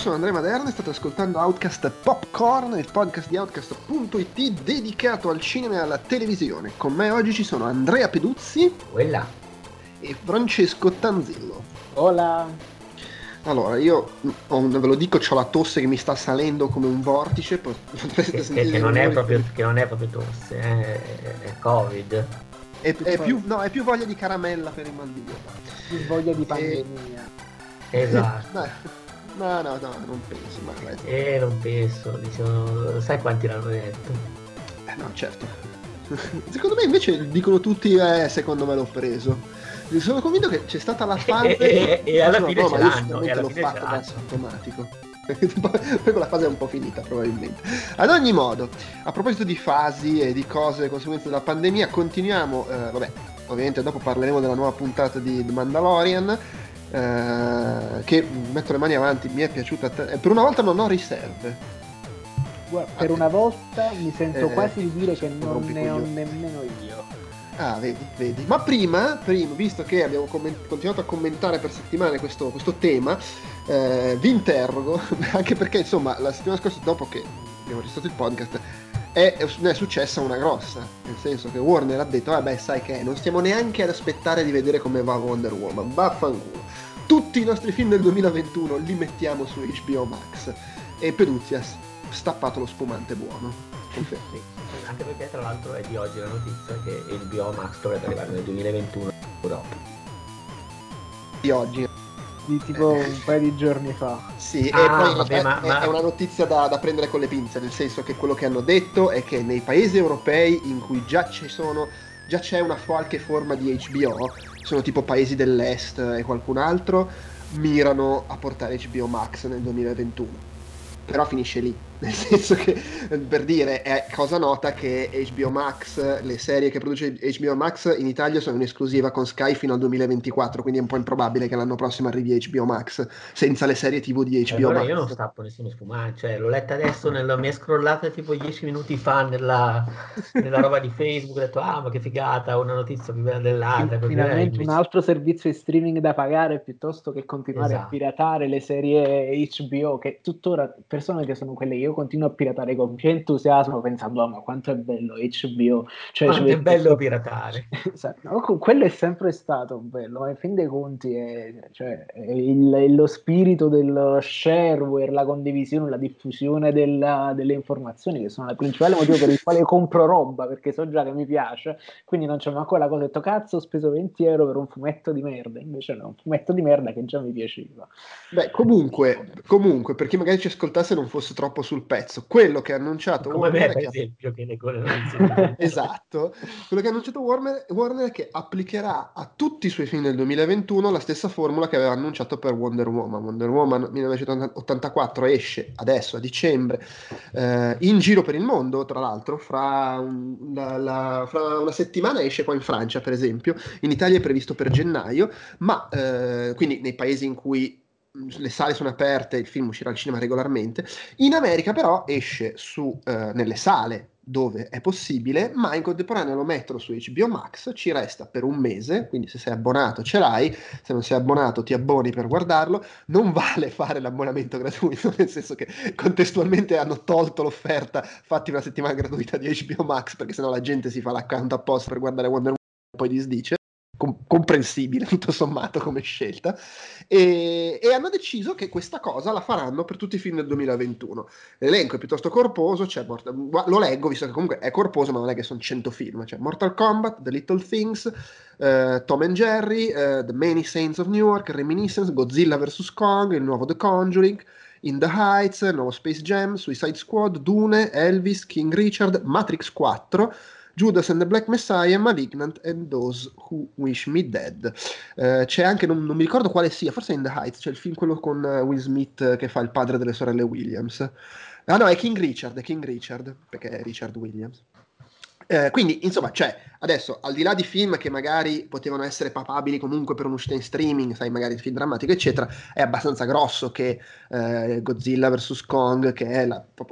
sono Andrea Maderna e state ascoltando Outcast Popcorn, il podcast di Outcast.it dedicato al cinema e alla televisione. Con me oggi ci sono Andrea Peduzzi e Francesco Tanzillo. Hola! Allora, io ve lo dico, c'ho la tosse che mi sta salendo come un vortice. Che non è proprio tosse, è Covid. È più voglia di caramella per il mal di gola. Più voglia di pandemia. Esatto. No, non penso. Non penso, diciamo, sai quanti l'hanno detto? No, certo. Secondo me invece dicono tutti, secondo me l'ho preso. Sono convinto che c'è stata la fase e alla fine ce l'hanno, e l'ho fatto da automatico. Poi quella fase è un po' finita probabilmente. Ad ogni modo, a proposito di fasi e di cose conseguenze della pandemia, continuiamo, ovviamente dopo parleremo della nuova puntata di The Mandalorian, che metto le mani avanti, mi è piaciuta per una volta non ho riserve. Guarda, per una volta mi sento quasi di dire che non ne ho nemmeno io. Ah, vedi. Ma prima, visto che abbiamo continuato a commentare per settimane questo tema, vi interrogo, anche perché insomma la settimana scorsa, dopo che abbiamo registrato il podcast, è successa una grossa, nel senso che Warner ha detto vabbè, sai che non stiamo neanche ad aspettare di vedere come va Wonder Woman, vaffanculo, tutti i nostri film del 2021 li mettiamo su HBO Max, e Peduzzi ha stappato lo spumante buono, confermi. Anche perché tra l'altro è di oggi la notizia che HBO Max dovrebbe arrivare nel 2021 in Europa. Di oggi, di tipo un paio di giorni fa. Sì, e poi è una notizia da prendere con le pinze, nel senso che quello che hanno detto è che nei paesi europei in cui già c'è una qualche forma di HBO, sono tipo paesi dell'est e qualcun altro, mirano a portare HBO Max nel 2021. Però finisce lì, nel senso che, per dire, è cosa nota che HBO Max, le serie che produce HBO Max in Italia sono in esclusiva con Sky fino al 2024, quindi è un po' improbabile che l'anno prossimo arrivi HBO Max senza le serie TV di HBO allora Max. Io non stappo nessuno spumante, cioè l'ho letta adesso, mi è scrollata tipo 10 minuti fa nella roba di Facebook, ho detto ma che figata, una notizia più bella dell'altra. Finalmente un altro servizio di streaming da pagare piuttosto che continuare a piratare le serie HBO, che tuttora persone che sono quelle che io continuo a piratare con più entusiasmo pensando ma quanto è bello HBO, cioè, quanto è bello piratare. No, quello è sempre stato bello, ma in fin dei conti è lo spirito del shareware, la condivisione, la diffusione delle informazioni, che sono il principale motivo per il quale compro roba, perché so già che mi piace, quindi non c'è manco la cosa, ho detto cazzo, ho speso 20 euro per un fumetto di merda, invece no, un fumetto di merda che già mi piaceva. Beh, comunque, per chi magari ci ascoltasse non fosse troppo sul pezzo, quello che ha annunciato come Warner me, per esempio, che leggo le notizie. Esatto, quello che ha annunciato Warner è che applicherà a tutti i suoi film del 2021 la stessa formula che aveva annunciato per Wonder Woman. Wonder Woman 1984 esce adesso a dicembre, in giro per il mondo, tra l'altro, fra una settimana esce qua in Francia, per esempio, in Italia è previsto per gennaio, ma quindi nei paesi in cui le sale sono aperte, il film uscirà al cinema regolarmente. In America però esce nelle sale dove è possibile, ma in contemporanea lo mettono su HBO Max, ci resta per un mese, quindi se sei abbonato ce l'hai, se non sei abbonato ti abboni per guardarlo, non vale fare l'abbonamento gratuito, nel senso che contestualmente hanno tolto l'offerta, fatti una settimana gratuita di HBO Max, perché sennò la gente si fa l'account apposta per guardare Wonder Woman e poi disdice. Comprensibile tutto sommato come scelta, e hanno deciso che questa cosa la faranno per tutti i film del 2021. L'elenco è piuttosto corposo, lo leggo visto che comunque è corposo, ma non è che sono 100 film, c'è Mortal Kombat, The Little Things, Tom and Jerry, The Many Saints of Newark, Reminiscence, Godzilla vs Kong, il nuovo The Conjuring, In the Heights, il nuovo Space Jam, Suicide Squad, Dune, Elvis, King Richard, Matrix 4, Judas and the Black Messiah, Malignant and Those Who Wish Me Dead. C'è anche, non mi ricordo quale sia, forse In the Heights, c'è il film quello con Will Smith che fa il padre delle sorelle Williams. Ah no, è King Richard, perché è Richard Williams. Quindi, insomma, adesso, al di là di film che magari potevano essere papabili comunque per un'uscita in streaming, sai, magari film drammatico, eccetera, è abbastanza grosso che Godzilla vs Kong, che è proprio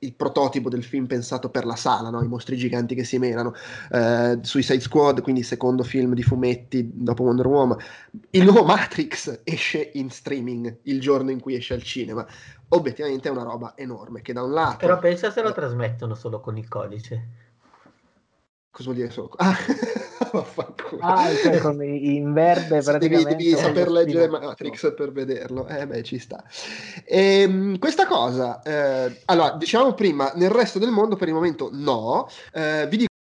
il prototipo del film pensato per la sala, no? I mostri giganti che si menano, Suicide Squad, quindi il secondo film di fumetti dopo Wonder Woman. Il nuovo Matrix esce in streaming il giorno in cui esce al cinema. Obiettivamente è una roba enorme, che da un Però lato... pensa se lo trasmettono solo con il codice. Cosa vuol dire solo? Ah, vaffanculo. Cioè in verde Sì, devi praticamente con lo saper leggere spinato. Matrix per vederlo. Beh, ci sta. Questa cosa, allora, diciamo prima, nel resto del mondo per il momento no. Vi dico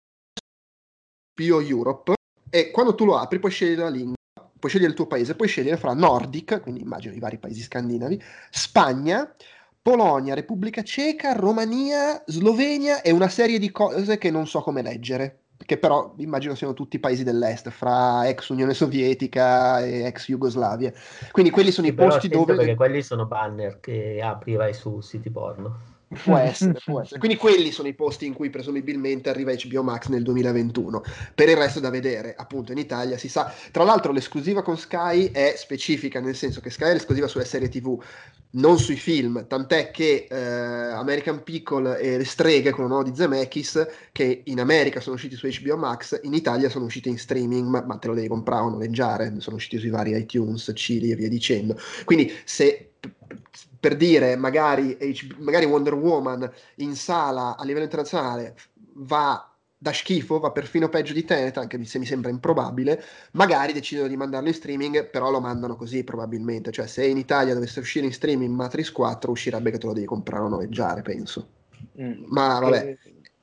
Bio Europe, e quando tu lo apri puoi scegliere la lingua, puoi scegliere il tuo paese, puoi scegliere fra Nordic, quindi immagino i vari paesi scandinavi, Spagna, Polonia, Repubblica Ceca, Romania, Slovenia e una serie di cose che non so come leggere, che però immagino siano tutti paesi dell'est, fra ex Unione Sovietica e ex Jugoslavia. Quindi quelli sono Sì, i però posti attento perché dove... quelli sono banner che apri vai su siti porno. Può essere, può essere. Quindi quelli sono i posti in cui presumibilmente arriva HBO Max nel 2021. Per il resto da vedere, appunto in Italia si sa. Tra l'altro l'esclusiva con Sky è specifica, nel senso che Sky è l'esclusiva sulle serie TV, non sui film, tant'è che American Pickle e Le Streghe con lo nuovo di Zemeckis, che in America sono usciti su HBO Max, in Italia sono usciti in streaming, ma te lo devi comprare o noleggiare, sono usciti sui vari iTunes, Cili e via dicendo. Quindi se per dire magari Wonder Woman in sala a livello internazionale va da schifo, va perfino peggio di Tenet, anche se mi sembra improbabile, magari decidono di mandarlo in streaming, però lo mandano così probabilmente, cioè se in Italia dovesse uscire in streaming Matrix 4 uscirebbe che te lo devi comprare o noleggiare, penso. Ma vabbè.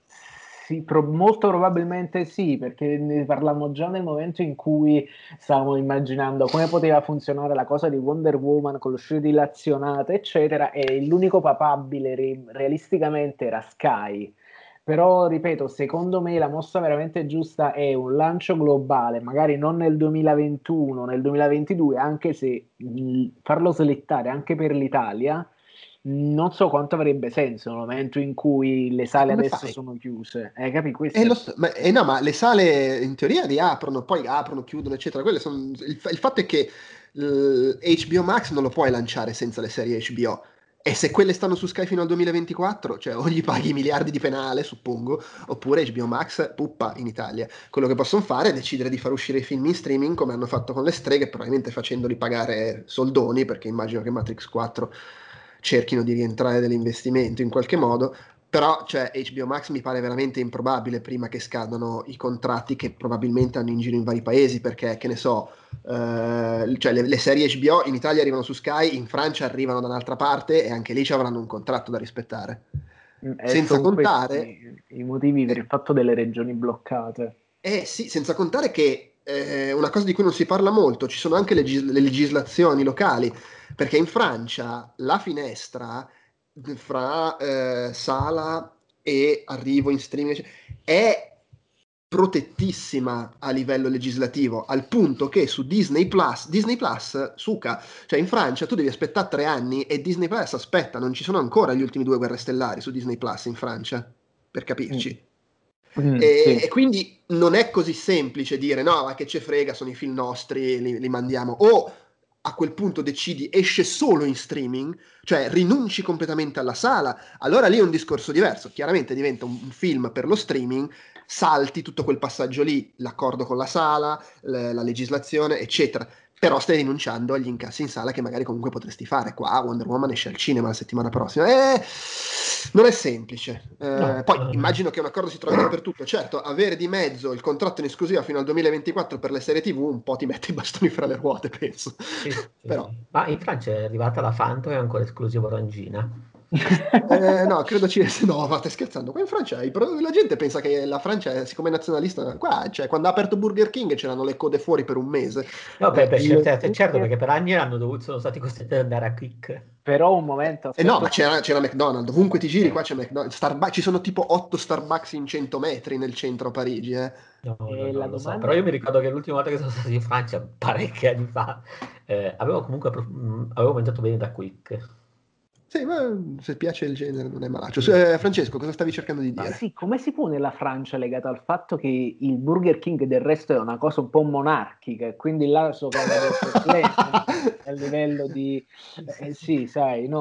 Sì, molto probabilmente sì, perché ne parlammo già nel momento in cui stavamo immaginando come poteva funzionare la cosa di Wonder Woman con lo studio dilazionato, eccetera, e l'unico papabile realisticamente era Sky. Però, ripeto, secondo me la mossa veramente giusta è un lancio globale, magari non nel 2021, nel 2022, anche se farlo slittare anche per l'Italia non so quanto avrebbe senso nel momento in cui le sale Come adesso fai? sono chiuse. Capi? Questo è... No, ma le sale in teoria riaprono, poi aprono, chiudono, eccetera. Il fatto è che HBO Max non lo puoi lanciare senza le serie HBO. E se quelle stanno su Sky fino al 2024, cioè o gli paghi miliardi di penale, suppongo, oppure HBO Max puppa in Italia. Quello che possono fare è decidere di far uscire i film in streaming come hanno fatto con le streghe, probabilmente facendoli pagare soldoni, perché immagino che Matrix 4 cerchino di rientrare dell'investimento in qualche modo. Però cioè, HBO Max mi pare veramente improbabile prima che scadano i contratti che probabilmente hanno in giro in vari paesi, perché che ne so, cioè le serie HBO in Italia arrivano su Sky, in Francia arrivano da un'altra parte e anche lì ci avranno un contratto da rispettare. Senza Sono contare, questi i motivi per il fatto delle regioni bloccate. sì, senza contare che una cosa di cui non si parla molto, ci sono anche le legislazioni locali, perché in Francia la finestra fra sala e arrivo in streaming è protettissima a livello legislativo, al punto che su Disney Plus, suca, cioè in Francia tu devi aspettare 3 anni e Disney Plus aspetta, non ci sono ancora gli ultimi 2 Guerre Stellari su Disney Plus in Francia, per capirci. E Sì. quindi non è così semplice dire no, ma che ce frega, sono i film nostri, li mandiamo. O a quel punto decidi esce solo in streaming, cioè rinunci completamente alla sala, allora lì è un discorso diverso. Chiaramente diventa un film per lo streaming, salti tutto quel passaggio lì, l'accordo con la sala, la legislazione, eccetera. Però stai rinunciando agli incassi in sala che magari comunque potresti fare. Qua Wonder Woman esce al cinema la settimana prossima. Non è semplice. No, Poi immagino che un accordo si trovi dappertutto. Certo, avere di mezzo il contratto in esclusiva fino al 2024 per le serie TV un po' ti mette i bastoni fra le ruote, penso. sì, sì, Però, sì. Ma in Francia è arrivata la Fanta o è ancora esclusiva orangina? no, credo ci sia. No, ma stai scherzando? Qua in Francia la gente pensa che la Francia, siccome è nazionalista, qua, cioè, quando ha aperto Burger King c'erano le code fuori per un mese. No, certo, Burger- perché per anni sono stati costretti ad andare a Quick. Però un momento, No, aspetta ma un attimo. c'era McDonald's, ovunque ti giri qua c'è McDonald's, ci sono tipo 8 Starbucks in 100 metri nel centro a Parigi, eh. No, no, La no, lo so, però domanda io mi ricordo che l'ultima volta che sono stato in Francia, parecchi anni fa, avevo comunque avevo mangiato bene da Quick. Sì, ma se piace il genere non è malaccio. Sì, sì. Francesco, cosa stavi cercando di Ma dire? sì, come si pone la Francia legata al fatto che il Burger King del resto è una cosa un po' monarchica e quindi là sono cambia dei perplessi a livello di... Sì, sì, sì. sì, sai, no?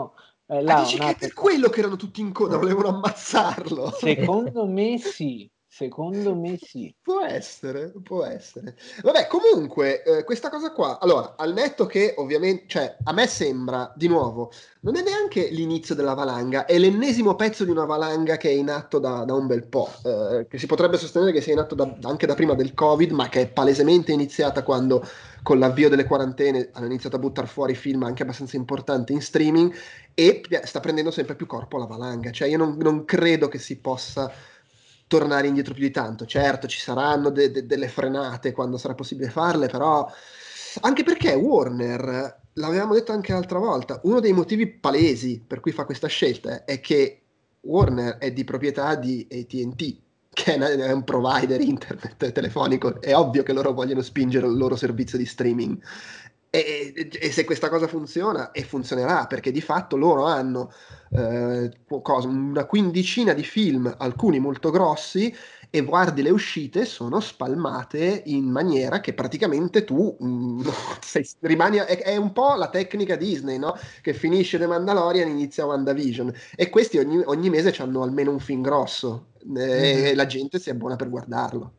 Là, dici che è per quello che erano tutti in coda, volevano ammazzarlo. Secondo me sì. Secondo me sì. Può essere, può essere. Vabbè, comunque, questa cosa qua, allora, al netto che ovviamente, cioè, a me sembra, di nuovo, non è neanche l'inizio della valanga, è l'ennesimo pezzo di una valanga che è in atto da un bel po', che si potrebbe sostenere che sia in atto anche da prima del Covid, ma che è palesemente iniziata quando, con l'avvio delle quarantene, hanno iniziato a buttare fuori film anche abbastanza importanti in streaming, e sta prendendo sempre più corpo la valanga. Cioè, io non credo che si possa tornare indietro più di tanto. Certo, ci saranno delle frenate quando sarà possibile farle, però anche perché Warner, l'avevamo detto anche l'altra volta, uno dei motivi palesi per cui fa questa scelta è che Warner è di proprietà di AT&T, che è un provider internet telefonico. È ovvio che loro vogliono spingere il loro servizio di streaming. E se questa cosa funziona, e funzionerà, perché di fatto loro hanno una quindicina di film, alcuni molto grossi, e guardi le uscite, sono spalmate in maniera che praticamente tu rimani. È un po' la tecnica Disney, no? Che finisce The Mandalorian, inizia WandaVision, e questi ogni mese hanno almeno un film grosso, e la gente si è buona per guardarlo.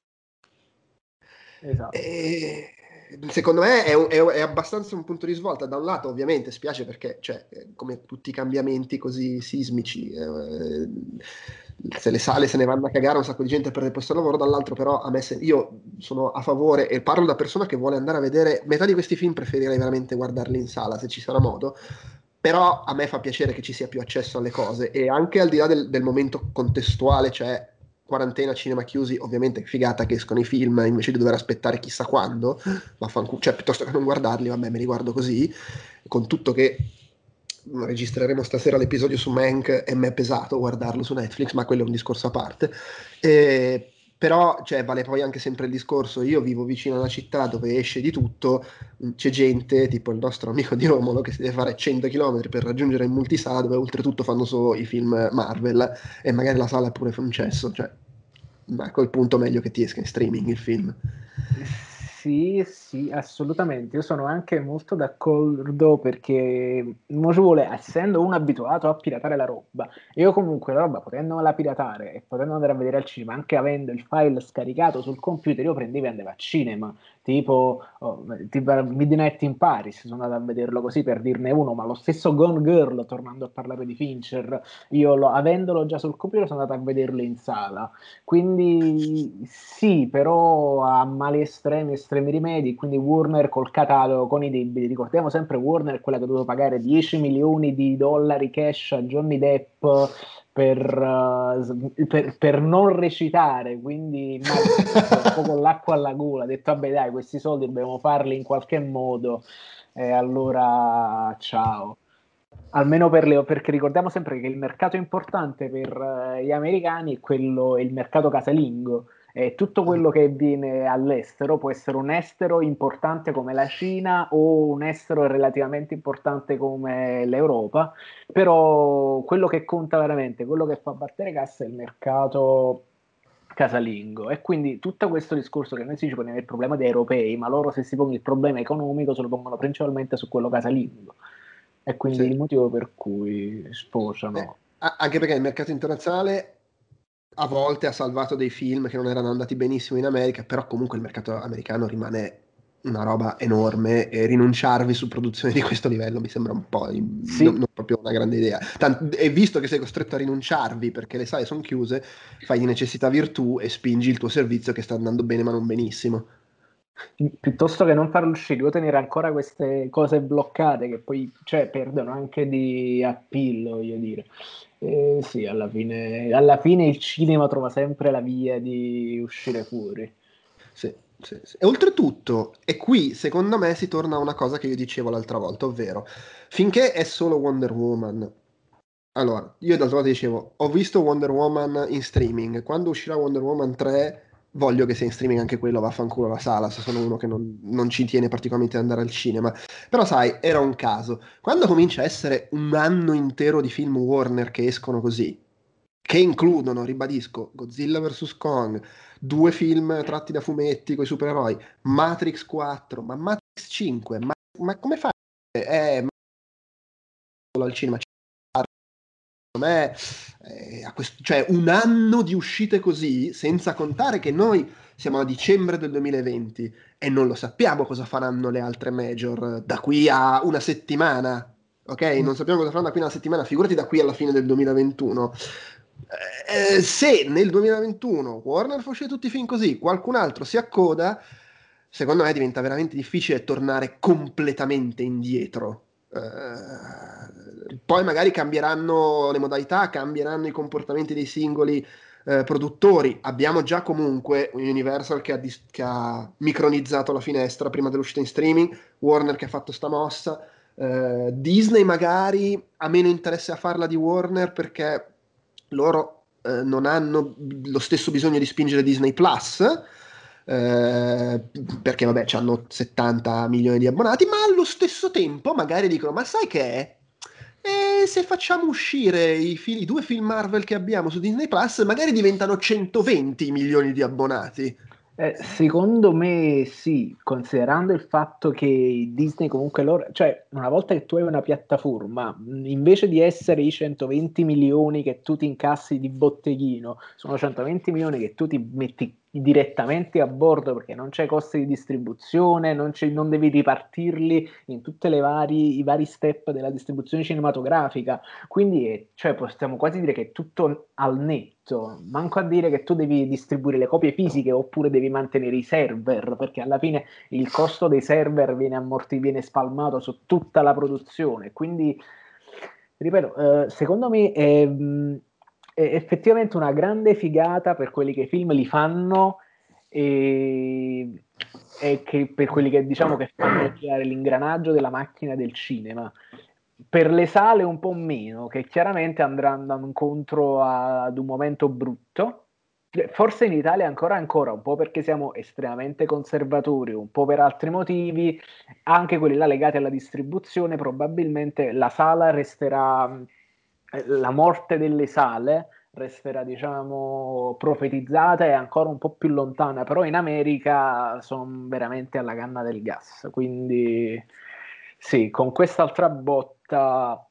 Esatto. E secondo me è abbastanza un punto di svolta. Da un lato, ovviamente, spiace perché, cioè, come tutti i cambiamenti così sismici, se le sale se ne vanno a cagare, un sacco di gente perde il posto di lavoro. Dall'altro, però, a me io sono a favore, e parlo da persona che vuole andare a vedere metà di questi film. Preferirei veramente guardarli in sala se ci sarà modo. Però a me fa piacere che ci sia più accesso alle cose, e anche al di là del momento contestuale, cioè quarantena, cinema chiusi, ovviamente figata che escono i film invece di dover aspettare chissà quando, cioè piuttosto che non guardarli, vabbè, me li guardo così, con tutto che registreremo stasera l'episodio su Mank e mi è pesato guardarlo su Netflix, ma quello è un discorso a parte. Però, cioè, vale poi anche sempre il discorso, io vivo vicino a una città dove esce di tutto, c'è gente, tipo il nostro amico di Romolo, che si deve fare 100 km per raggiungere il multisala, dove oltretutto fanno solo i film Marvel, e magari la sala è pure un cesso, cioè, ma a quel punto meglio che ti esca in streaming il film. Sì, sì, assolutamente. Io sono anche molto d'accordo perché mo ci vuole, essendo uno abituato a piratare la roba, io comunque la roba potendola piratare e potendo andare a vedere al cinema, anche avendo il file scaricato sul computer, io prendevo e andavo al cinema. Tipo Midnight in Paris, sono andato a vederlo così per dirne uno, ma lo stesso Gone Girl, tornando a parlare di Fincher, avendolo già sul computer, sono andato a vederlo in sala. Quindi sì, però a mali estremi, estremi rimedi, quindi Warner col catalogo, con i debiti. Ricordiamo sempre Warner è quella che ha dovuto pagare 10 milioni di dollari cash a Johnny Depp per non recitare, quindi immagino un po' con l'acqua alla gola, ha detto vabbè dai, questi soldi dobbiamo farli in qualche modo, e allora ciao. Almeno perché ricordiamo sempre che il mercato importante per gli americani è il mercato casalingo, e tutto quello che viene all'estero può essere un estero importante come la Cina o un estero relativamente importante come l'Europa, però quello che conta veramente, quello che fa battere cassa è il mercato casalingo, e quindi tutto questo discorso che noi si ci poniamo il problema dei europei, ma loro se si pongono il problema economico se lo pongono principalmente su quello casalingo, e quindi Sì. il motivo per cui sposano. Anche perché il mercato internazionale a volte ha salvato dei film che non erano andati benissimo in America, però comunque il mercato americano rimane una roba enorme, e rinunciarvi su produzioni di questo livello mi sembra un po' Sì, non proprio una grande idea. E visto che sei costretto a rinunciarvi perché le sale sono chiuse, fai di necessità virtù e spingi il tuo servizio che sta andando bene ma non benissimo. piuttosto che non farlo uscire, o tenere ancora queste cose bloccate che poi, cioè, perdono anche di appeal, voglio dire. Sì, alla fine il cinema trova sempre la via di uscire fuori. Sì, sì, sì. E oltretutto, e qui secondo me si torna a una cosa che io dicevo l'altra volta, ovvero, finché è solo Wonder Woman. Allora, io d'altra volta dicevo, ho visto Wonder Woman in streaming, quando uscirà Wonder Woman 3 voglio che sia in streaming anche quello, vaffanculo la sala, se sono uno che non ci tiene particolarmente ad andare al cinema. Però sai, era un caso. Quando comincia a essere un anno intero di film Warner che escono così, che includono, ribadisco, Godzilla vs. Kong, due film tratti da fumetti con i supereroi, Matrix 4, ma Matrix 5, ma come fai? Ma al cinema? me, cioè un anno di uscite così, senza contare che noi siamo a dicembre del 2020 e non lo sappiamo cosa faranno le altre major da qui a una settimana, ok? Non sappiamo cosa faranno da qui a una settimana, figurati da qui alla fine del 2021. Se nel 2021 Warner fa uscire tutti i film così, qualcun altro si accoda, secondo me diventa veramente difficile tornare completamente indietro. Poi magari cambieranno le modalità, cambieranno i comportamenti dei singoli produttori. Abbiamo già comunque Universal che ha micronizzato la finestra prima dell'uscita in streaming, Warner che ha fatto sta mossa, Disney magari ha meno interesse a farla di Warner perché loro non hanno lo stesso bisogno di spingere Disney Plus, perché vabbè hanno 70 milioni di abbonati, ma allo stesso tempo magari dicono, ma sai che è? E se facciamo uscire i 2 film Marvel che abbiamo su Disney Plus, magari diventano 120 milioni di abbonati. Secondo me sì, considerando il fatto che Disney comunque loro, cioè una volta che tu hai una piattaforma, invece di essere i 120 milioni che tu ti incassi di botteghino, sono 120 milioni che tu ti metti direttamente a bordo perché non c'è costi di distribuzione, non devi ripartirli in tutte i vari step della distribuzione cinematografica. Quindi cioè, possiamo quasi dire che è tutto al netto, manco a dire che tu devi distribuire le copie fisiche oppure devi mantenere i server, perché alla fine il costo dei server viene spalmato su tutta la produzione. Quindi, ripeto, secondo me è effettivamente una grande figata per quelli che i film li fanno e che per quelli che diciamo che fanno girare l'ingranaggio della macchina del cinema. Per le sale un po' meno, che chiaramente andranno incontro ad un momento brutto. Forse in Italia ancora, un po' perché siamo estremamente conservatori, un po' per altri motivi, anche quelli là legati alla distribuzione, probabilmente la sala resterà, la morte delle sale resterà, diciamo, profetizzata e ancora un po' più lontana, però in America sono veramente alla canna del gas, quindi sì, con quest'altra botta.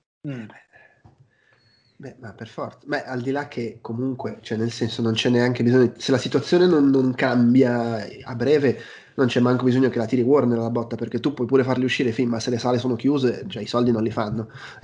Beh, ma per forza. Beh, al di là che comunque, cioè nel senso non c'è neanche bisogno, se la situazione non cambia a breve, non c'è manco bisogno che la tiri Warner la botta, perché tu puoi pure farli uscire film, ma se le sale sono chiuse, cioè i soldi non li fanno.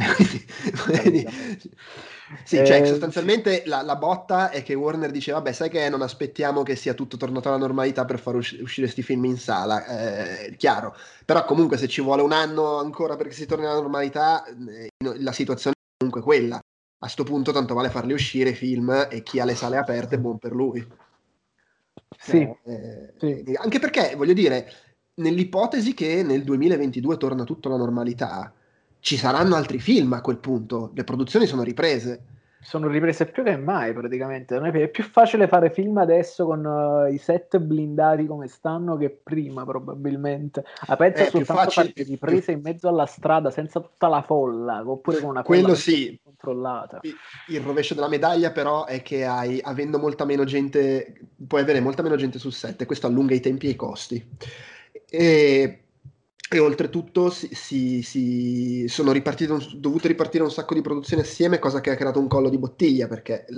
Sì, cioè sostanzialmente la botta è che Warner dice, vabbè, sai che non aspettiamo che sia tutto tornato alla normalità per far uscire sti film in sala, chiaro. Però comunque se ci vuole un anno ancora perché si torni alla normalità, la situazione è comunque quella. A sto punto tanto vale farli uscire i film e chi ha le sale aperte, buon per lui. Sì, sì. Anche perché, voglio dire, nell'ipotesi che nel 2022 torna tutto alla normalità, ci saranno altri film a quel punto, le produzioni sono riprese. Sono riprese più che mai praticamente. È più facile fare film adesso con i set blindati come stanno che prima probabilmente. Pensa È più soltanto a fare facile, le riprese in mezzo alla strada senza tutta la folla, oppure con una folla quello molto più sì. controllata. Il rovescio della medaglia però è che avendo molta meno gente, puoi avere molta meno gente sul set e questo allunga i tempi e i costi. E oltretutto sono dovute ripartire un sacco di produzioni assieme, cosa che ha creato un collo di bottiglia perché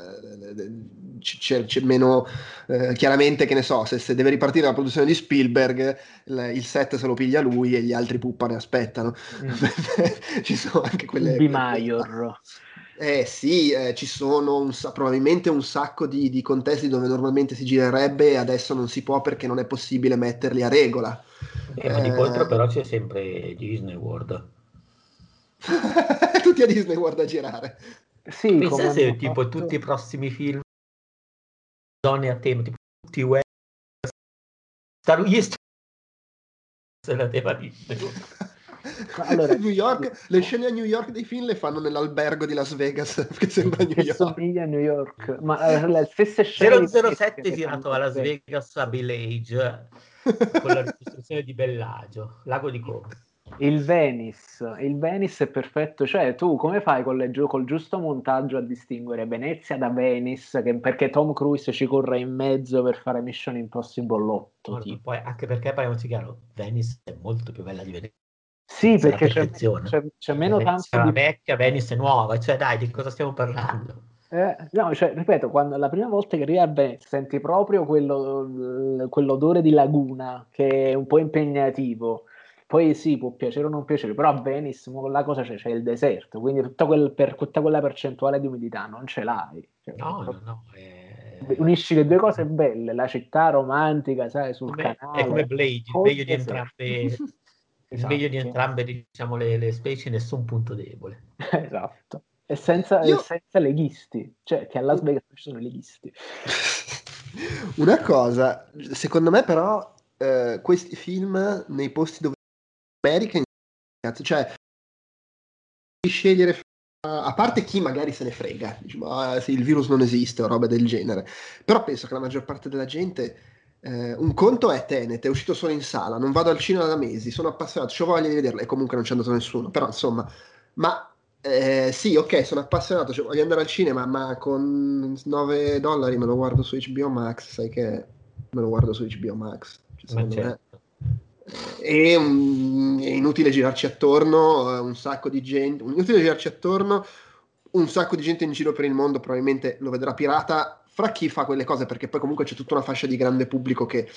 c'è meno, chiaramente, che ne so, se deve ripartire la produzione di Spielberg, il set se lo piglia lui e gli altri puppa ne aspettano. Ci sono anche quelle. B-Major. Sì, ci sono probabilmente un sacco di contesti dove normalmente si girerebbe e adesso non si può perché non è possibile metterli a regola. Ma di contro però c'è sempre Disney World. Tutti a Disney World a girare. Sì, come Pensa hanno se tipo tutti fatto. i prossimi film, zone a tema, tipo tutti West, Star Wars, se la tema Disney. Allora, New York, le scene a New York dei film le fanno nell'albergo di Las Vegas che sembra New che York. somiglia a New York, ma le stesse scene di 007 che girato fanno a Las Las Vegas. Vegas a Village con la ricostruzione di Bellagio, Lago di Como. Il Venice è perfetto, cioè tu come fai col giusto montaggio a distinguere Venezia da Venice, perché Tom Cruise ci corre in mezzo per fare Mission Impossible 8, No, tipo. poi, anche perché parliamoci chiaro, Venice è molto più bella di Venezia. Sì, Venezia è la perché perfezione. c'è meno Venezia tanto la di... vecchia, Venice è nuova, cioè dai, di cosa stiamo parlando? No, cioè, ripeto, quando la prima volta che arrivi a Venezia senti proprio quell'odore di laguna che è un po' impegnativo. Poi sì, può piacere o non piacere, però a Venice la cosa c'è il deserto, quindi tutta quella percentuale di umidità non ce l'hai. Cioè, No, no, no, unisci le due cose belle, la città romantica, sai, sul è come canale, Blade, il col meglio di deserto. entrambe, il meglio di Esatto, entrambe, diciamo, le specie, nessun punto debole. esatto. E Io senza leghisti, cioè che a Las Vegas non ci sono i leghisti. una cosa, secondo me però questi film nei posti dove America, cioè di scegliere, a parte chi magari se ne frega, diciamo, se il virus non esiste o roba del genere, però penso che la maggior parte della gente, un conto è Tenet, è uscito solo in sala, non vado al cinema da mesi, sono appassionato, ho voglia di vederlo e comunque non c'è andato nessuno, però insomma, ma sì, ok, sono appassionato, cioè, voglio andare al cinema, ma con $9 me lo guardo su HBO Max, sai che me lo guardo su HBO Max, cioè, Ma secondo me certo. è inutile girarci attorno, un sacco di gente, inutile girarci attorno, un sacco di gente in giro per il mondo probabilmente lo vedrà pirata, fra chi fa quelle cose, perché poi comunque c'è tutta una fascia di grande pubblico che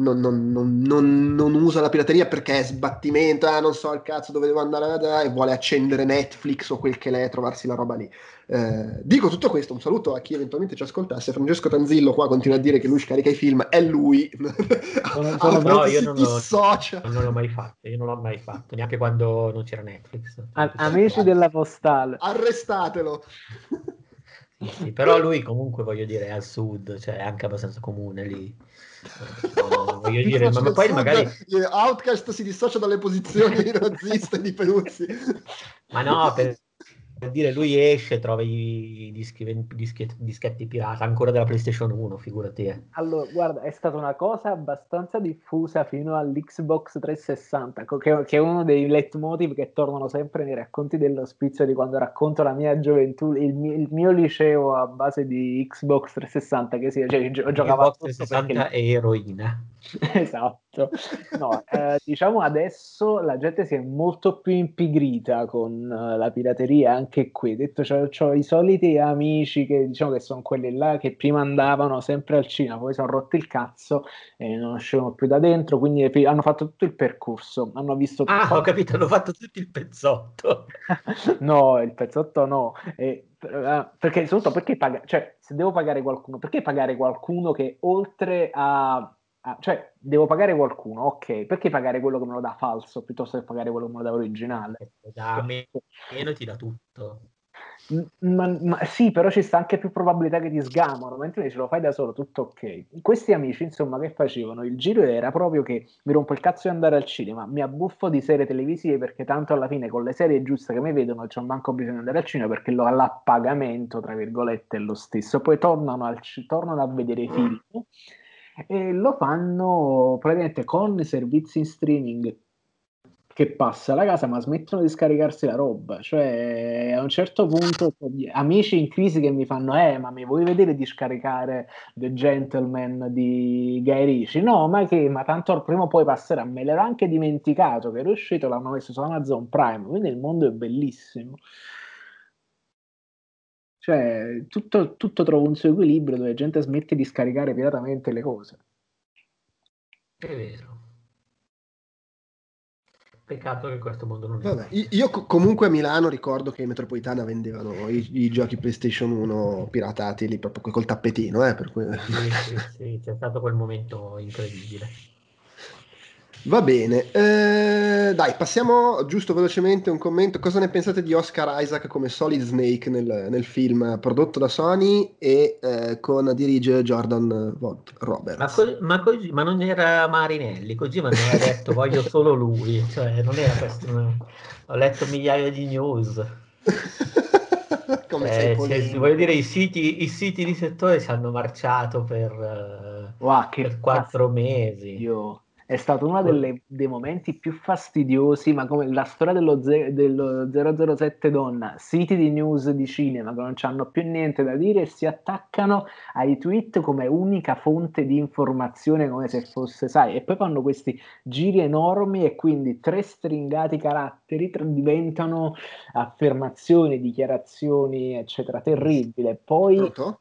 non usa la pirateria perché è sbattimento, non so il cazzo dove devo andare e vuole accendere Netflix o quel che l'è, trovarsi la roba lì. Dico tutto questo, un saluto a chi eventualmente ci ascoltasse. Francesco Tanzillo qua continua a dire che lui scarica i film, è lui. Sono No, Alfred si dissocia. non l'ho mai fatto, io non l'ho mai fatto, neanche quando non c'era Netflix. Tanto per amici dire. della postale. Arrestatelo. Sì, sì, però lui comunque, voglio dire, è al sud, cioè è anche abbastanza comune lì. Voglio dire, Amici ma del poi Sud, magari... Outcast si dissocia dalle posizioni razziste di Peruzzi. Ma no, per dire, lui esce, trova i dischetti pirata, ancora della PlayStation 1, figurati. Allora, guarda, è stata una cosa abbastanza diffusa fino all'Xbox 360, che è uno dei leitmotiv che tornano sempre nei racconti dell'ospizio di quando racconto la mia gioventù, il mio liceo a base di Xbox 360, che sì, cioè, giocava a Xbox tutto perché... 360 e eroina. Esatto. No, diciamo adesso la gente si è molto più impigrita con la pirateria anche qui. Detto, c'ho i soliti amici che diciamo che sono quelli là che prima andavano sempre al cinema, poi sono rotti il cazzo e non uscivano più da dentro, quindi hanno fatto tutto il percorso, hanno visto Ah, ho capito, hanno fatto tutto il pezzotto. No, il pezzotto no. Perché soprattutto perché cioè, se devo pagare qualcuno, perché pagare qualcuno che oltre cioè, devo pagare qualcuno, ok, perché pagare quello che me lo dà falso piuttosto che pagare quello che me lo dà originale? Da Cioè, meno ti dà tutto. ma sì, però ci sta anche più probabilità che ti sgamano, mentre invece lo fai da solo, tutto ok. Questi amici, insomma, che facevano? Il giro era proprio che mi rompo il cazzo di andare al cinema, mi abbuffo di serie televisive perché tanto alla fine con le serie giuste che mi vedono non c'ho manco bisogno di andare al cinema perché a pagamento, tra virgolette, è lo stesso. Poi tornano a vedere i film e lo fanno praticamente con servizi in streaming che passa alla casa, ma smettono di scaricarsi la roba. Cioè, a un certo punto, amici in crisi che mi fanno: ma mi vuoi vedere di scaricare The Gentleman di Guy Ritchie? No, ma tanto prima o poi passerà. Me l'ero anche dimenticato che era uscito, l'hanno messo su Amazon Prime. Quindi il mondo è bellissimo. Cioè, tutto trova un suo equilibrio dove la gente smette di scaricare piratamente le cose. È vero. Peccato che questo mondo non Vabbè, esiste. io comunque a Milano ricordo che in Metropolitana vendevano i giochi PlayStation 1 piratati lì proprio col tappetino, per cui... Sì, sì, sì, c'è stato quel momento incredibile. Va bene, dai, passiamo giusto velocemente un commento. Cosa ne pensate di Oscar Isaac come Solid Snake nel film prodotto da Sony e con a dirige Jordan Vogt Roberts? Ma non era Marinelli, Kojima non aveva detto voglio solo lui, cioè non era questo. Ho letto migliaia di news. Come sei Voglio dire, polemico. i siti di settore ci hanno marciato Wow, che per 4 mesi. fastidio. è stato uno dei momenti più fastidiosi, ma come la storia dello 007 Donna, siti di news di cinema che non hanno più niente da dire e si attaccano ai tweet come unica fonte di informazione, come se fosse, sai, e poi fanno questi giri enormi e quindi tre stringati caratteri diventano affermazioni, dichiarazioni, eccetera, terribile. Poi Pronto?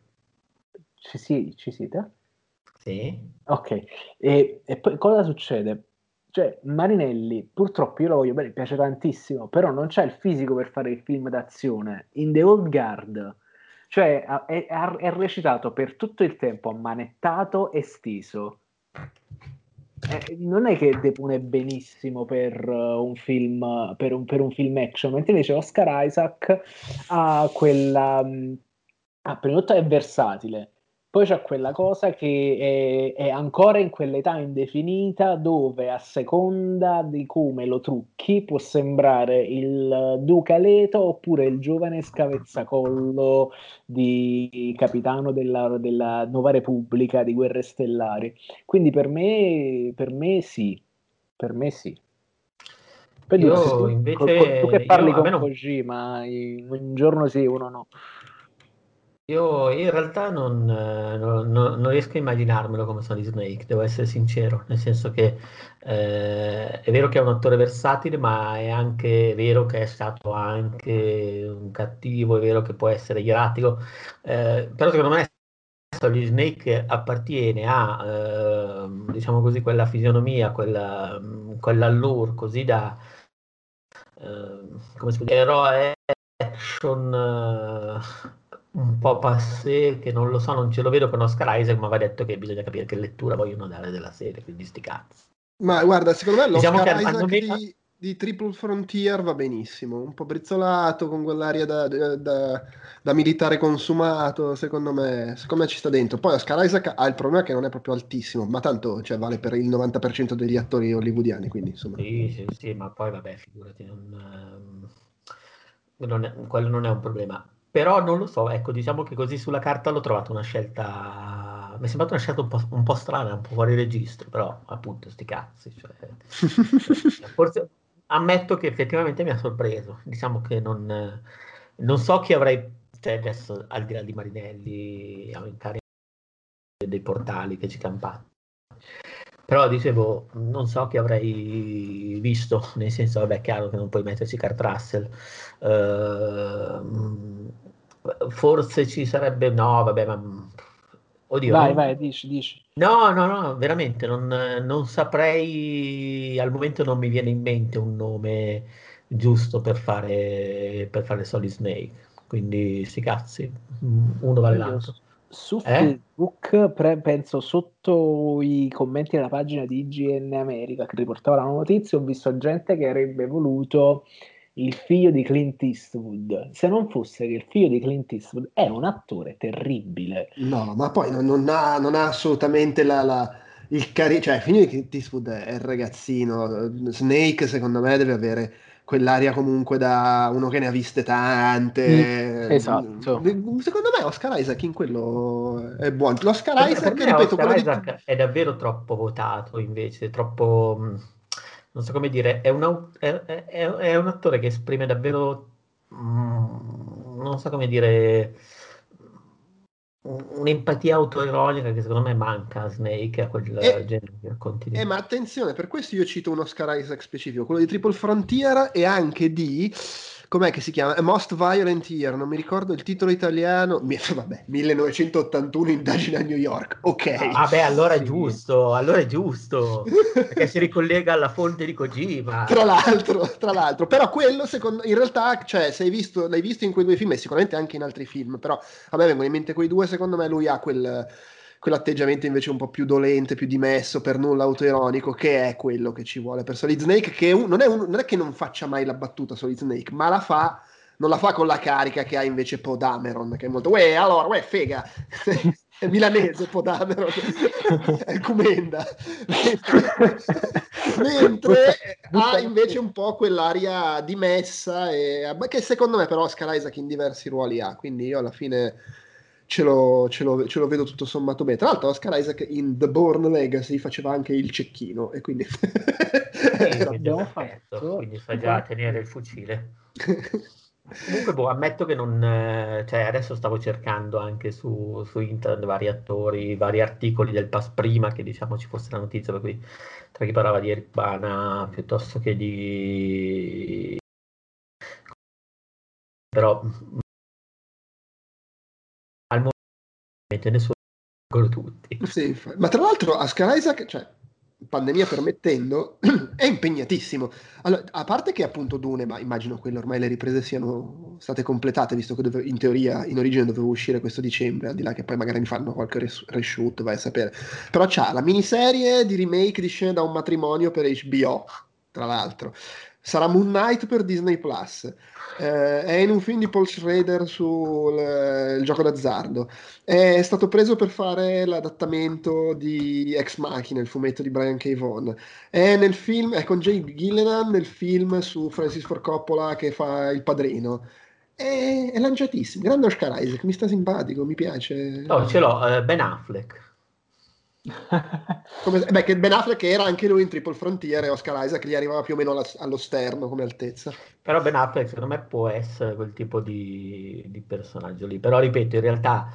ci siete? Sì. Ok, e poi cosa succede? Cioè, Marinelli, purtroppo io lo voglio bene, mi piace tantissimo, però non c'è il fisico per fare il film d'azione. In The Old Guard, cioè, è recitato per tutto il tempo, ammanettato e steso. Non è che depone benissimo per un film, per un film action, mentre invece Oscar Isaac ha quella... prima di tutto è versatile, poi c'è quella cosa che è ancora in quell'età indefinita dove a seconda di come lo trucchi può sembrare il Duca Leto oppure il giovane scavezzacollo di capitano della Nuova Repubblica di Guerre Stellari. Quindi per me sì, per me sì. Poi Io tu che invece, parli a me con non. Kojima, un giorno sì, uno no. Io in realtà non riesco a immaginarmelo come Solid Snake, devo essere sincero, nel senso che è vero che è un attore versatile, ma è anche vero che è stato anche un cattivo, è vero che può essere ieratico, però secondo me Solid Snake appartiene a, diciamo così, quella fisionomia, quell'allure così da, come si può dire, eroe action un po' passé, che non lo so, non ce lo vedo con Oscar Isaac, ma va detto che bisogna capire che lettura vogliono dare della serie, quindi sti cazzi. Ma guarda, secondo me Diciamo che l'Oscar hanno Isaac meno. di Triple Frontier va benissimo, un po' brizzolato, con quell'aria da militare consumato, secondo me ci sta dentro. Poi Oscar Isaac ha il problema che non è proprio altissimo, ma tanto cioè, vale per il 90% degli attori hollywoodiani, quindi insomma. Sì, sì, sì, ma poi vabbè, figurati, quello non è un problema. Però non lo so, ecco, diciamo che così sulla carta l'ho trovato una scelta, mi è sembrata una scelta un po' strana, un po' fuori registro, però appunto sti cazzi, forse ammetto che effettivamente mi ha sorpreso, diciamo che non so chi avrei, cioè adesso al di là di Marinelli, a incarico dei portali che ci campate. Però dicevo, non so che avrei visto, nel senso, vabbè, è chiaro che non puoi metterci Kurt Russell. Forse ci sarebbe, no, vabbè, ma oddio, Vai, dici. no, no, no, veramente, non saprei, al momento non mi viene in mente un nome giusto per fare Solid Snake, quindi sti cazzi, uno vale Io l'altro. su Eh? Facebook penso sotto i commenti della pagina di IGN America che riportava la notizia, ho visto gente che avrebbe voluto il figlio di Clint Eastwood. Se non fosse che il figlio di Clint Eastwood è un attore terribile. No, ma poi non ha assolutamente il carisma, cioè figlio di Clint Eastwood è il ragazzino, Snake secondo me deve avere quell'aria comunque da uno che ne ha viste Mm, tante. esatto. Secondo me Oscar Isaac in quello è buono. Per L'Oscar me, per Isaac, me ripeto, quello Oscar di... Isaac è davvero troppo votato, invece, troppo, non so come dire, è un attore che esprime davvero, non so come dire, un'empatia autoironica che secondo me manca a Snake, a quel E, genere di racconti lì. ma attenzione, per questo io cito un Oscar Isaac specifico, quello di Triple Frontier e anche di, com'è che si chiama? A Most Violent Year, non mi ricordo il titolo italiano, vabbè, 1981 indagine a New York, ok. Ah, beh, Sì. allora è giusto, perché si ricollega alla fonte di Kojima. Tra l'altro, però quello secondo, in realtà, cioè, se l'hai visto in quei due film e sicuramente anche in altri film, però a me vengono in mente quei due, secondo me lui ha quell'atteggiamento invece un po' più dolente, più dimesso, per nulla autoironico, che è quello che ci vuole per Solid Snake, che non è che non faccia mai la battuta Solid Snake, ma non la fa con la carica che ha invece Podameron, che è molto, uè, allora, uè, fega, è milanese Podameron, è Comenda, mentre ha invece un po' quell'aria dimessa, che secondo me però Oscar Isaac in diversi ruoli ha, quindi io alla fine ce lo vedo tutto sommato bene. Tra l'altro Oscar Isaac in The Bourne Legacy faceva anche il cecchino e quindi era... Quindi è perfetto, quindi fa già tenere il fucile. Comunque, ammetto che non... cioè, adesso stavo cercando anche su internet vari attori, vari articoli del pass prima che, diciamo, ci fosse la notizia, per cui tra chi parlava di Eric Bana piuttosto che di... Però al momento nessuno tutti. Sì, ma tra l'altro Oscar Isaac, cioè, pandemia permettendo, è impegnatissimo. Allora, a parte che appunto Dune, ma immagino che ormai le riprese siano state completate, visto che in teoria in origine doveva uscire questo dicembre, al di là che poi magari mi fanno qualche reshoot, vai a sapere. Però c'ha la miniserie di remake di Scene da un matrimonio per HBO, tra l'altro. Sarà Moon Knight per Disney Plus. È in un film di Paul Schrader sul il gioco d'azzardo. È stato preso per fare l'adattamento di Ex Machina, il fumetto di Brian K. Vaughan. È con Jake Gyllenhaal nel film su Francis Ford Coppola che fa Il Padrino. È lanciatissimo. Grande Oscar Isaac, mi sta simpatico, mi piace. No, ce l'ho, Ben Affleck. Che Ben Affleck era anche lui in Triple Frontier e Oscar Isaac gli arrivava più o meno allo sterno come altezza. Però Ben Affleck secondo me può essere quel tipo di personaggio lì. Però ripeto, in realtà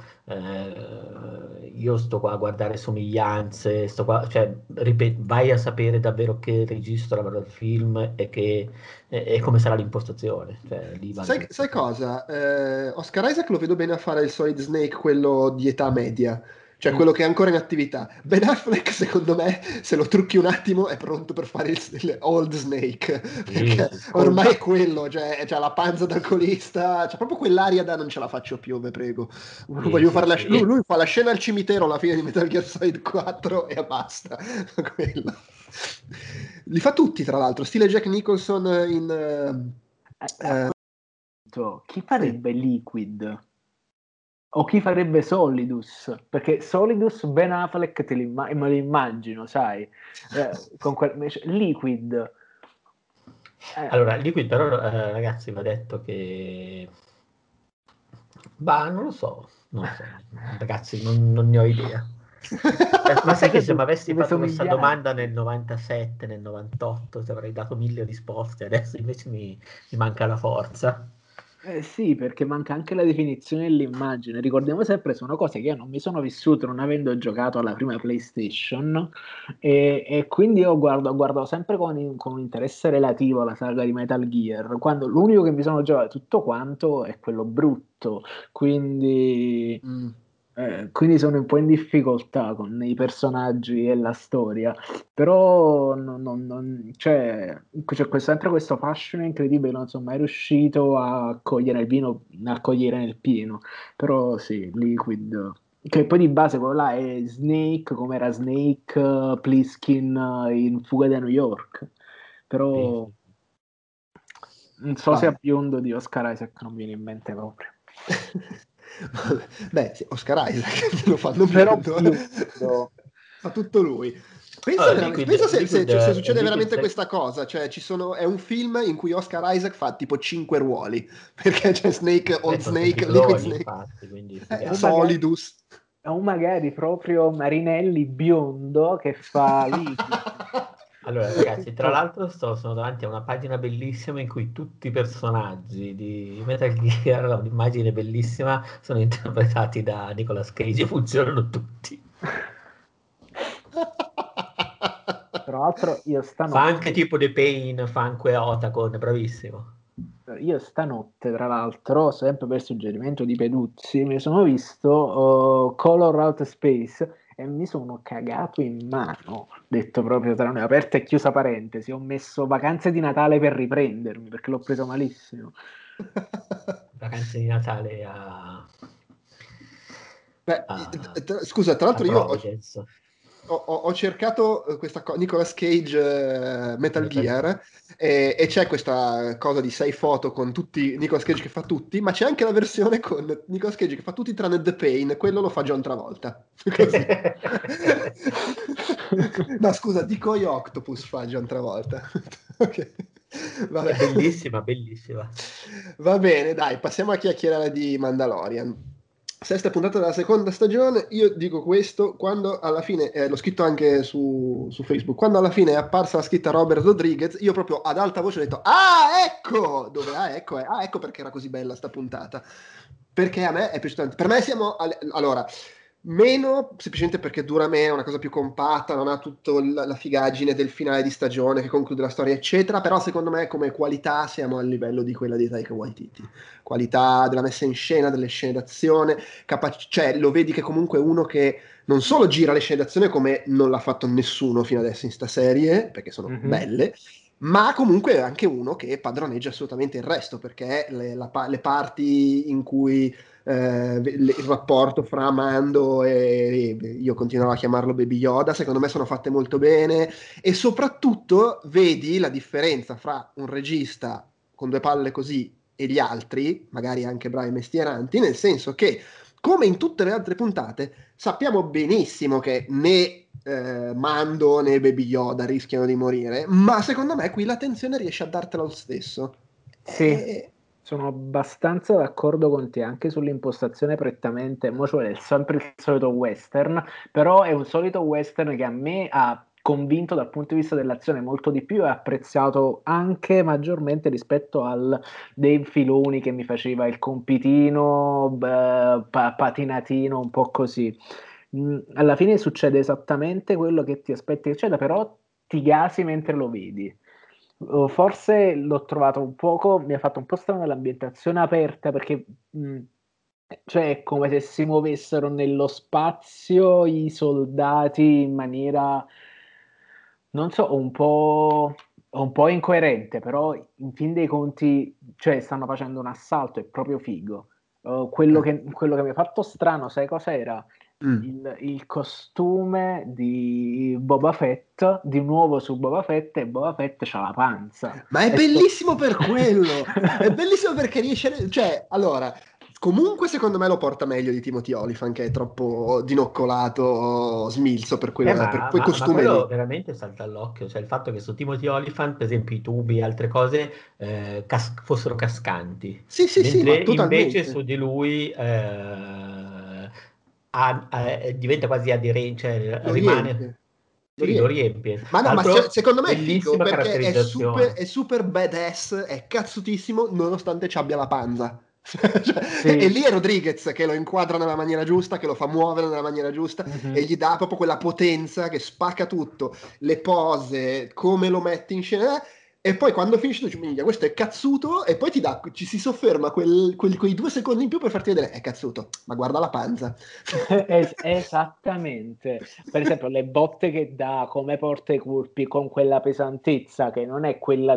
io sto qua a guardare somiglianze, sto qua, cioè, ripeto, vai a sapere davvero che registro avrà il film e come sarà l'impostazione. Cioè, lì Sai cosa? Oscar Isaac lo vedo bene a fare il Solid Snake, quello di età media, cioè quello che è ancora in attività. Ben Affleck, secondo me, se lo trucchi un attimo è pronto per fare il Old Snake, perché ormai è quello, cioè c'ha la panza da alcolista, c'ha proprio quell'aria da non ce la faccio più, ve prego. Voglio fare lui fa la scena al cimitero alla fine di Metal Gear Solid 4 e basta. Quello. Li fa tutti, tra l'altro, stile Jack Nicholson in... chi farebbe Liquid? O chi farebbe Solidus? Perché Solidus, Ben Affleck me lo immagino, sai? Liquid. Allora, Liquid però, ragazzi, va detto che... Bah, non lo so. Ragazzi, non ne ho idea. Ma sai che se mi avessi fatto questa domanda nel 97, nel 98, ti avrei dato 1000 risposte, adesso invece mi manca la forza. Sì, perché manca anche la definizione dell'immagine. Ricordiamo sempre su una cosa che io non mi sono vissuto non avendo giocato alla prima PlayStation e quindi io guardo sempre con un interesse relativo alla saga di Metal Gear, quando l'unico che mi sono giocato tutto quanto è quello brutto, quindi sono un po' in difficoltà con i personaggi e la storia, però c'è sempre questo fascino incredibile, non sono mai riuscito a cogliere nel pieno, però sì, Liquid, che poi di base quello là è Snake, come era Snake, Plissken in Fuga da New York, però non so se a biondo di Oscar Isaac non viene in mente proprio. Beh, sì, Oscar Isaac lo fanno però biondo. Fa tutto lui. Pensa, se succede veramente questa cosa, cioè è un film in cui Oscar Isaac fa tipo 5 ruoli, perché c'è Snake, Old Snake, Liquid Snake, infatti, quindi, Solidus. O magari proprio Marinelli biondo che fa Liquid. Allora, ragazzi, tra l'altro sono davanti a una pagina bellissima in cui tutti i personaggi di Metal Gear, un'immagine bellissima, sono interpretati da Nicolas Cage e funzionano tutti. Tra l'altro io stanotte... Fa anche tipo The Pain, fa anche Otacon, bravissimo. Io stanotte, tra l'altro, sempre per suggerimento di Peduzzi, mi sono visto Color Out Space e mi sono cagato in mano, detto proprio tra una aperta e chiusa parentesi. Ho messo vacanze di Natale per riprendermi perché l'ho preso malissimo. Vacanze di Natale a... Beh, scusa, tra l'altro io ho cercato questa cosa, Nicolas Cage Metal Gear e c'è questa cosa di 6 foto con tutti Nicolas Cage che fa tutti, ma c'è anche la versione con Nicolas Cage che fa tutti tranne The Pain, quello lo fa John Travolta. Così. No, scusa, dico io Octopus fa John Travolta. Okay. Vabbè. È bellissima, bellissima. Va bene, dai, passiamo a chiacchierare di Mandalorian. Sesta puntata della seconda stagione. Io dico questo, quando alla fine, l'ho scritto anche su Facebook, quando alla fine è apparsa la scritta Robert Rodriguez, io proprio ad alta voce ho detto, ah, ecco! Dove ecco perché era così bella sta puntata. Perché a me è piaciuta tanto. Per me siamo, allora, meno semplicemente perché dura meno, è una cosa più compatta, non ha tutta la figaggine del finale di stagione che conclude la storia, eccetera, però secondo me come qualità siamo al livello di quella di Taika Waititi. Qualità della messa in scena, delle scene d'azione, cioè lo vedi che comunque è uno che non solo gira le scene d'azione come non l'ha fatto nessuno fino adesso in sta serie, perché sono belle, ma comunque è anche uno che padroneggia assolutamente il resto, perché le parti in cui il rapporto fra Mando e io continuavo a chiamarlo Baby Yoda, secondo me sono fatte molto bene, e soprattutto vedi la differenza fra un regista con due palle così e gli altri, magari anche bravi mestieranti, nel senso che, come in tutte le altre puntate, sappiamo benissimo che né Mando né Baby Yoda rischiano di morire, ma secondo me qui la tensione riesce a dartela lo stesso. Sì, sono abbastanza d'accordo con te anche sull'impostazione prettamente, cioè è sempre il solito western, però è un solito western che a me ha convinto dal punto di vista dell'azione molto di più e apprezzato anche maggiormente rispetto al Dave Filoni che mi faceva il compitino, patinatino, un po' così. Alla fine succede esattamente quello che ti aspetti che succeda, però ti gasi mentre lo vedi. Forse l'ho trovato un poco, mi ha fatto un po' strano l'ambientazione aperta perché cioè è come se si muovessero nello spazio i soldati in maniera, non so, un po' incoerente, però in fin dei conti, cioè stanno facendo un assalto, è proprio figo. Quello che mi ha fatto strano, sai cos'era? Il costume di Boba Fett, di nuovo su Boba Fett, e Boba Fett c'ha la panza. Ma è bellissimo per quello, è bellissimo perché riesce, cioè, allora, comunque secondo me lo porta meglio di Timothy Olyphant, che è troppo dinoccolato, smilzo per per quel Ma costume quello lì. veramente salta all'occhio, cioè il fatto che su Timothy Olyphant, per esempio, i tubi e altre cose fossero cascanti, Sì, sì, sì, mentre ma invece su totalmente. di lui diventa quasi aderente, cioè Lo rimane, riempie, lo sì, lo riempie. riempie. Ma no, Tra ma l'altro, secondo me è figo bellissima perché caratterizzazione. è super badass, è cazzutissimo nonostante ci abbia la panza. Cioè, e Sì. lì è Rodriguez che lo inquadra nella maniera giusta, che lo fa muovere nella maniera giusta e Mhm. gli dà proprio quella potenza che spacca tutto, le pose, come lo metti in scena. E poi quando finisce tu dici, minchia, questo è cazzuto, e poi ci si sofferma quei 2 secondi in più per farti vedere, è cazzuto, ma guarda la panza. Esattamente, per esempio le botte che dà, come porta i colpi con quella pesantezza che non è quella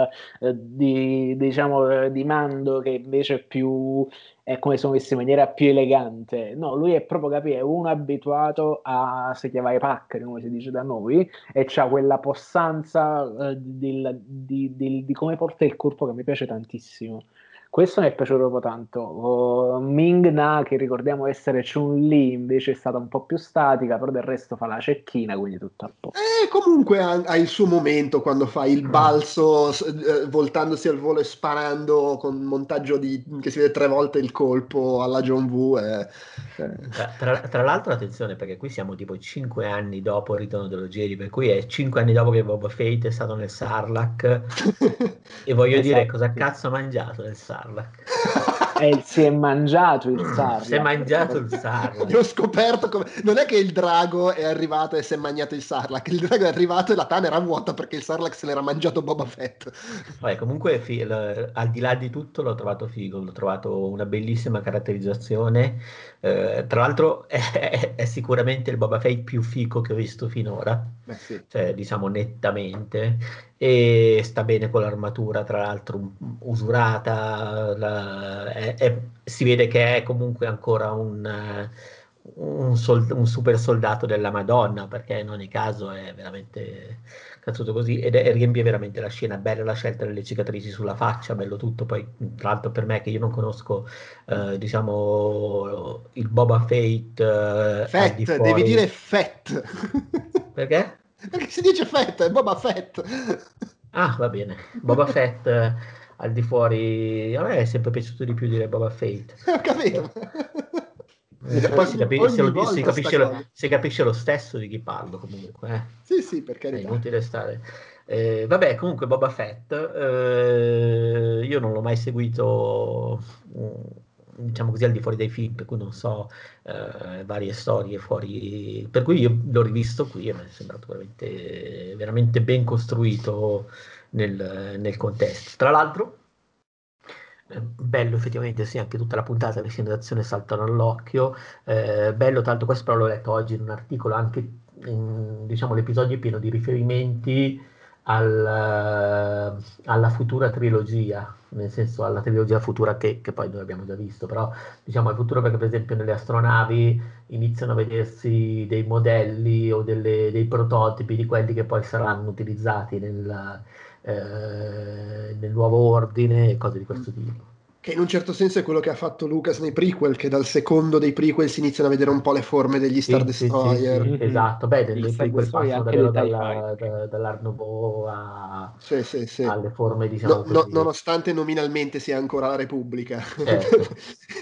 diciamo, di Mando che invece è più, è come se messi in maniera più elegante. No, lui è proprio, capire, è uno abituato a se chiama i pacche, come si dice da noi, e c'ha quella possanza di come porta il corpo che mi piace tantissimo. Questo mi è piaciuto proprio tanto. Ming Na, che ricordiamo essere Chun-Li, invece è stata un po' più statica, però del resto fa la cecchina, quindi tutto a posto. E comunque ha il suo momento quando fa il balzo voltandosi al volo e sparando con un montaggio che si vede 3 volte il colpo alla John Woo. Tra l'altro, attenzione, perché qui siamo tipo 5 anni dopo il ritorno dello Jedi, per cui è 5 anni dopo che Boba Fett è stato nel Sarlacc. E voglio dire, cosa Esatto. cazzo ha mangiato nel Sarlacc? E si è mangiato il Si è Sarlacc. mangiato il Io ho Sarlacc. scoperto come. Non è che il drago è arrivato e si è mangiato il Sarlacc, il drago è arrivato e la tana era vuota perché il Sarlacc se l'era mangiato Boba Fett. Vabbè, comunque, al di là di tutto, l'ho trovato figo, l'ho trovato una bellissima caratterizzazione. Tra l'altro, è sicuramente il Boba Fett più figo che ho visto finora, Beh, sì. cioè, diciamo nettamente. E sta bene con l'armatura, tra l'altro, usurata. Si vede che è comunque ancora un super soldato della Madonna, perché in ogni caso è veramente cazzuto così riempie veramente la scena. Bella la scelta delle cicatrici sulla faccia, bello tutto. Poi, tra l'altro, per me che io non conosco, diciamo, il Boba Fett al di Fett, devi dire fuori. Fett. Perché? Perché si dice Fett, è Boba Fett. Ah, va bene. Boba Fett al di fuori. A me è sempre piaciuto di più dire Boba Fett. Ho capito. Eh, Poi si Ogni volta sta cosa. si capisce lo stesso di chi parlo comunque. Sì, per È carità. inutile stare. Vabbè, comunque Boba Fett, io non l'ho mai seguito, diciamo così, al di fuori dei film, per cui non so varie storie fuori. Per cui io l'ho rivisto qui e mi è sembrato veramente, veramente ben costruito nel contesto. Tra l'altro, bello effettivamente, sì, anche tutta la puntata, le scene d'azione saltano all'occhio. Bello, tanto questo però l'ho letto oggi in un articolo, anche diciamo l'episodio è pieno di riferimenti alla futura trilogia, nel senso alla trilogia futura che poi noi abbiamo già visto, però diciamo al futuro, perché per esempio nelle astronavi iniziano a vedersi dei modelli o dei prototipi di quelli che poi saranno utilizzati nel nuovo ordine e cose di questo tipo. Che in un certo senso è quello che ha fatto Lucas nei prequel, che dal secondo dei prequel si iniziano a vedere un po' le forme degli Star Sì, Destroyer. esatto. Beh, Sì, nei sì, prequel poi passano anche davvero dei TIE Fighter. dall'Art Nouveau Sì. alle forme, diciamo così. Nonostante nominalmente sia ancora la Repubblica. Certo.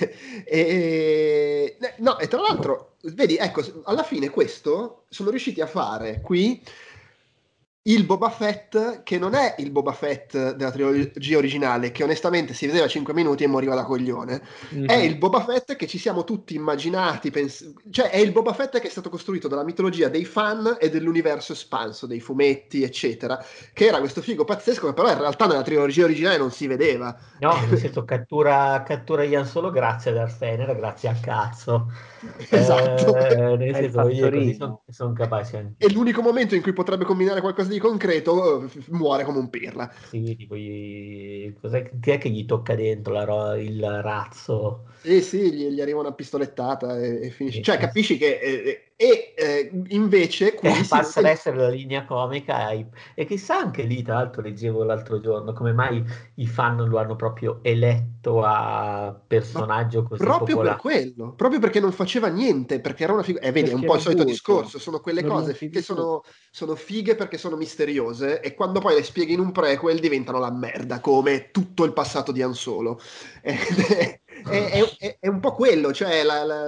No, e tra l'altro, vedi, ecco, alla fine questo sono riusciti a fare qui il Boba Fett che non è il Boba Fett della trilogia originale, che onestamente si vedeva 5 minuti e moriva da coglione. È il Boba Fett che ci siamo tutti immaginati, cioè è il Boba Fett che è stato costruito dalla mitologia dei fan e dell'universo espanso, dei fumetti, eccetera, che era questo figo pazzesco, che però in realtà nella trilogia originale non si vedeva. No, nel senso cattura Ian Solo grazie ad Darth Vader, grazie a cazzo. Esatto. Nel È il senso, io così fattorino. sono capace anche. E l'unico momento in cui potrebbe combinare qualcosa di concreto, muore come un pirla. Sì, tipo, chi è che gli tocca dentro il razzo? Sì, gli arriva una pistolettata e finisce. Cioè, Sì. capisci che invece qui si Passa ad vede. essere la linea comica e chissà anche lì, tra l'altro leggevo l'altro giorno, come mai i fan lo hanno proprio eletto a Ma personaggio così proprio per popolare. quello, proprio perché non faceva niente, perché era una figa. Vedi, è un Perché po' era il solito vuoto. discorso, sono quelle Lo cose riempi che di tutto. sono fighe perché sono misteriose e quando poi le spieghi in un prequel diventano la merda, come tutto il passato di Han Solo. È un po' quello, cioè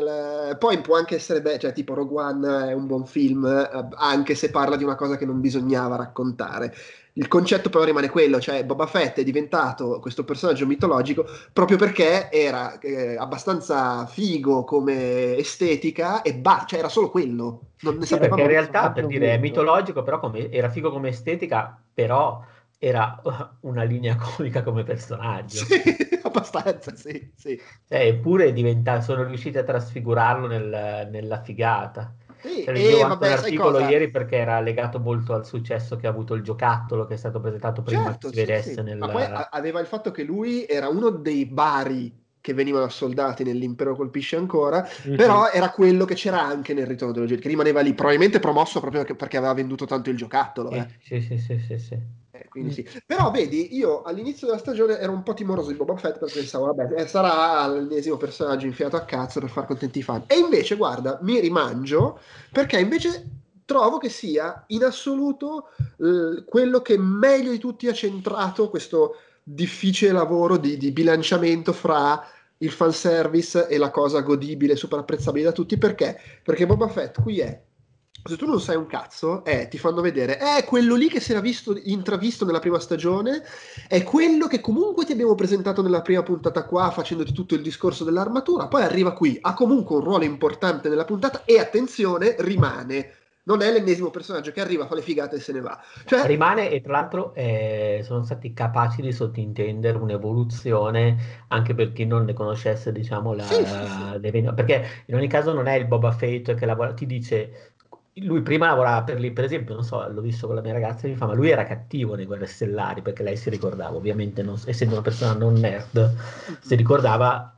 poi può anche essere cioè tipo Rogue One è un buon film, anche se parla di una cosa che non bisognava raccontare. Il concetto però rimane quello, cioè Boba Fett è diventato questo personaggio mitologico proprio perché era abbastanza figo come estetica e cioè era solo quello, non ne Sì, Era perché un in sapevamo niente. realtà, per personaggio dire, è vuoto. mitologico, però era figo come estetica, però era una linea comica come personaggio. Sì, abbastanza, sì. Cioè, eppure sono riusciti a trasfigurarlo nella figata. Sì, Cioè, leggevo e anche un vabbè, sai articolo cosa? ieri perché era legato molto al successo che ha avuto il giocattolo, che è stato presentato prima che Certo, si sì. vedesse Ma poi nel... aveva il fatto che lui era uno dei vari che venivano assoldati nell'Impero colpisce ancora, però era quello che c'era anche nel Ritorno dello Jedi, che rimaneva lì, probabilmente promosso proprio perché aveva venduto tanto il giocattolo, Sì, sì. Quindi sì. Però vedi, io all'inizio della stagione ero un po' timoroso di Boba Fett perché pensavo, vabbè, sarà l'ennesimo personaggio infilato a cazzo per far contenti i fan. E invece, guarda, mi rimangio perché invece trovo che sia in assoluto quello che meglio di tutti ha centrato questo difficile lavoro di bilanciamento fra il fanservice e la cosa godibile, super apprezzabile da tutti. Perché Boba Fett qui è, se tu non sai un cazzo, ti fanno vedere, è quello lì che si era visto, intravisto nella prima stagione, è quello che comunque ti abbiamo presentato nella prima puntata qua, facendoti tutto il discorso dell'armatura, poi arriva qui, ha comunque un ruolo importante nella puntata e attenzione, rimane. Non è l'ennesimo personaggio che arriva, fa le figate e se ne va. Cioè, Rimane, e tra l'altro sono stati capaci di sottintendere un'evoluzione anche per chi non ne conoscesse, diciamo, sì. perché in ogni caso non è il Boba Fett che lavora, ti dice, lui prima lavorava per lì, per esempio, non so, l'ho visto con la mia ragazza, mi fa, ma lui era cattivo nei Guerre Stellari, perché lei si ricordava, ovviamente, essendo una persona non nerd, si ricordava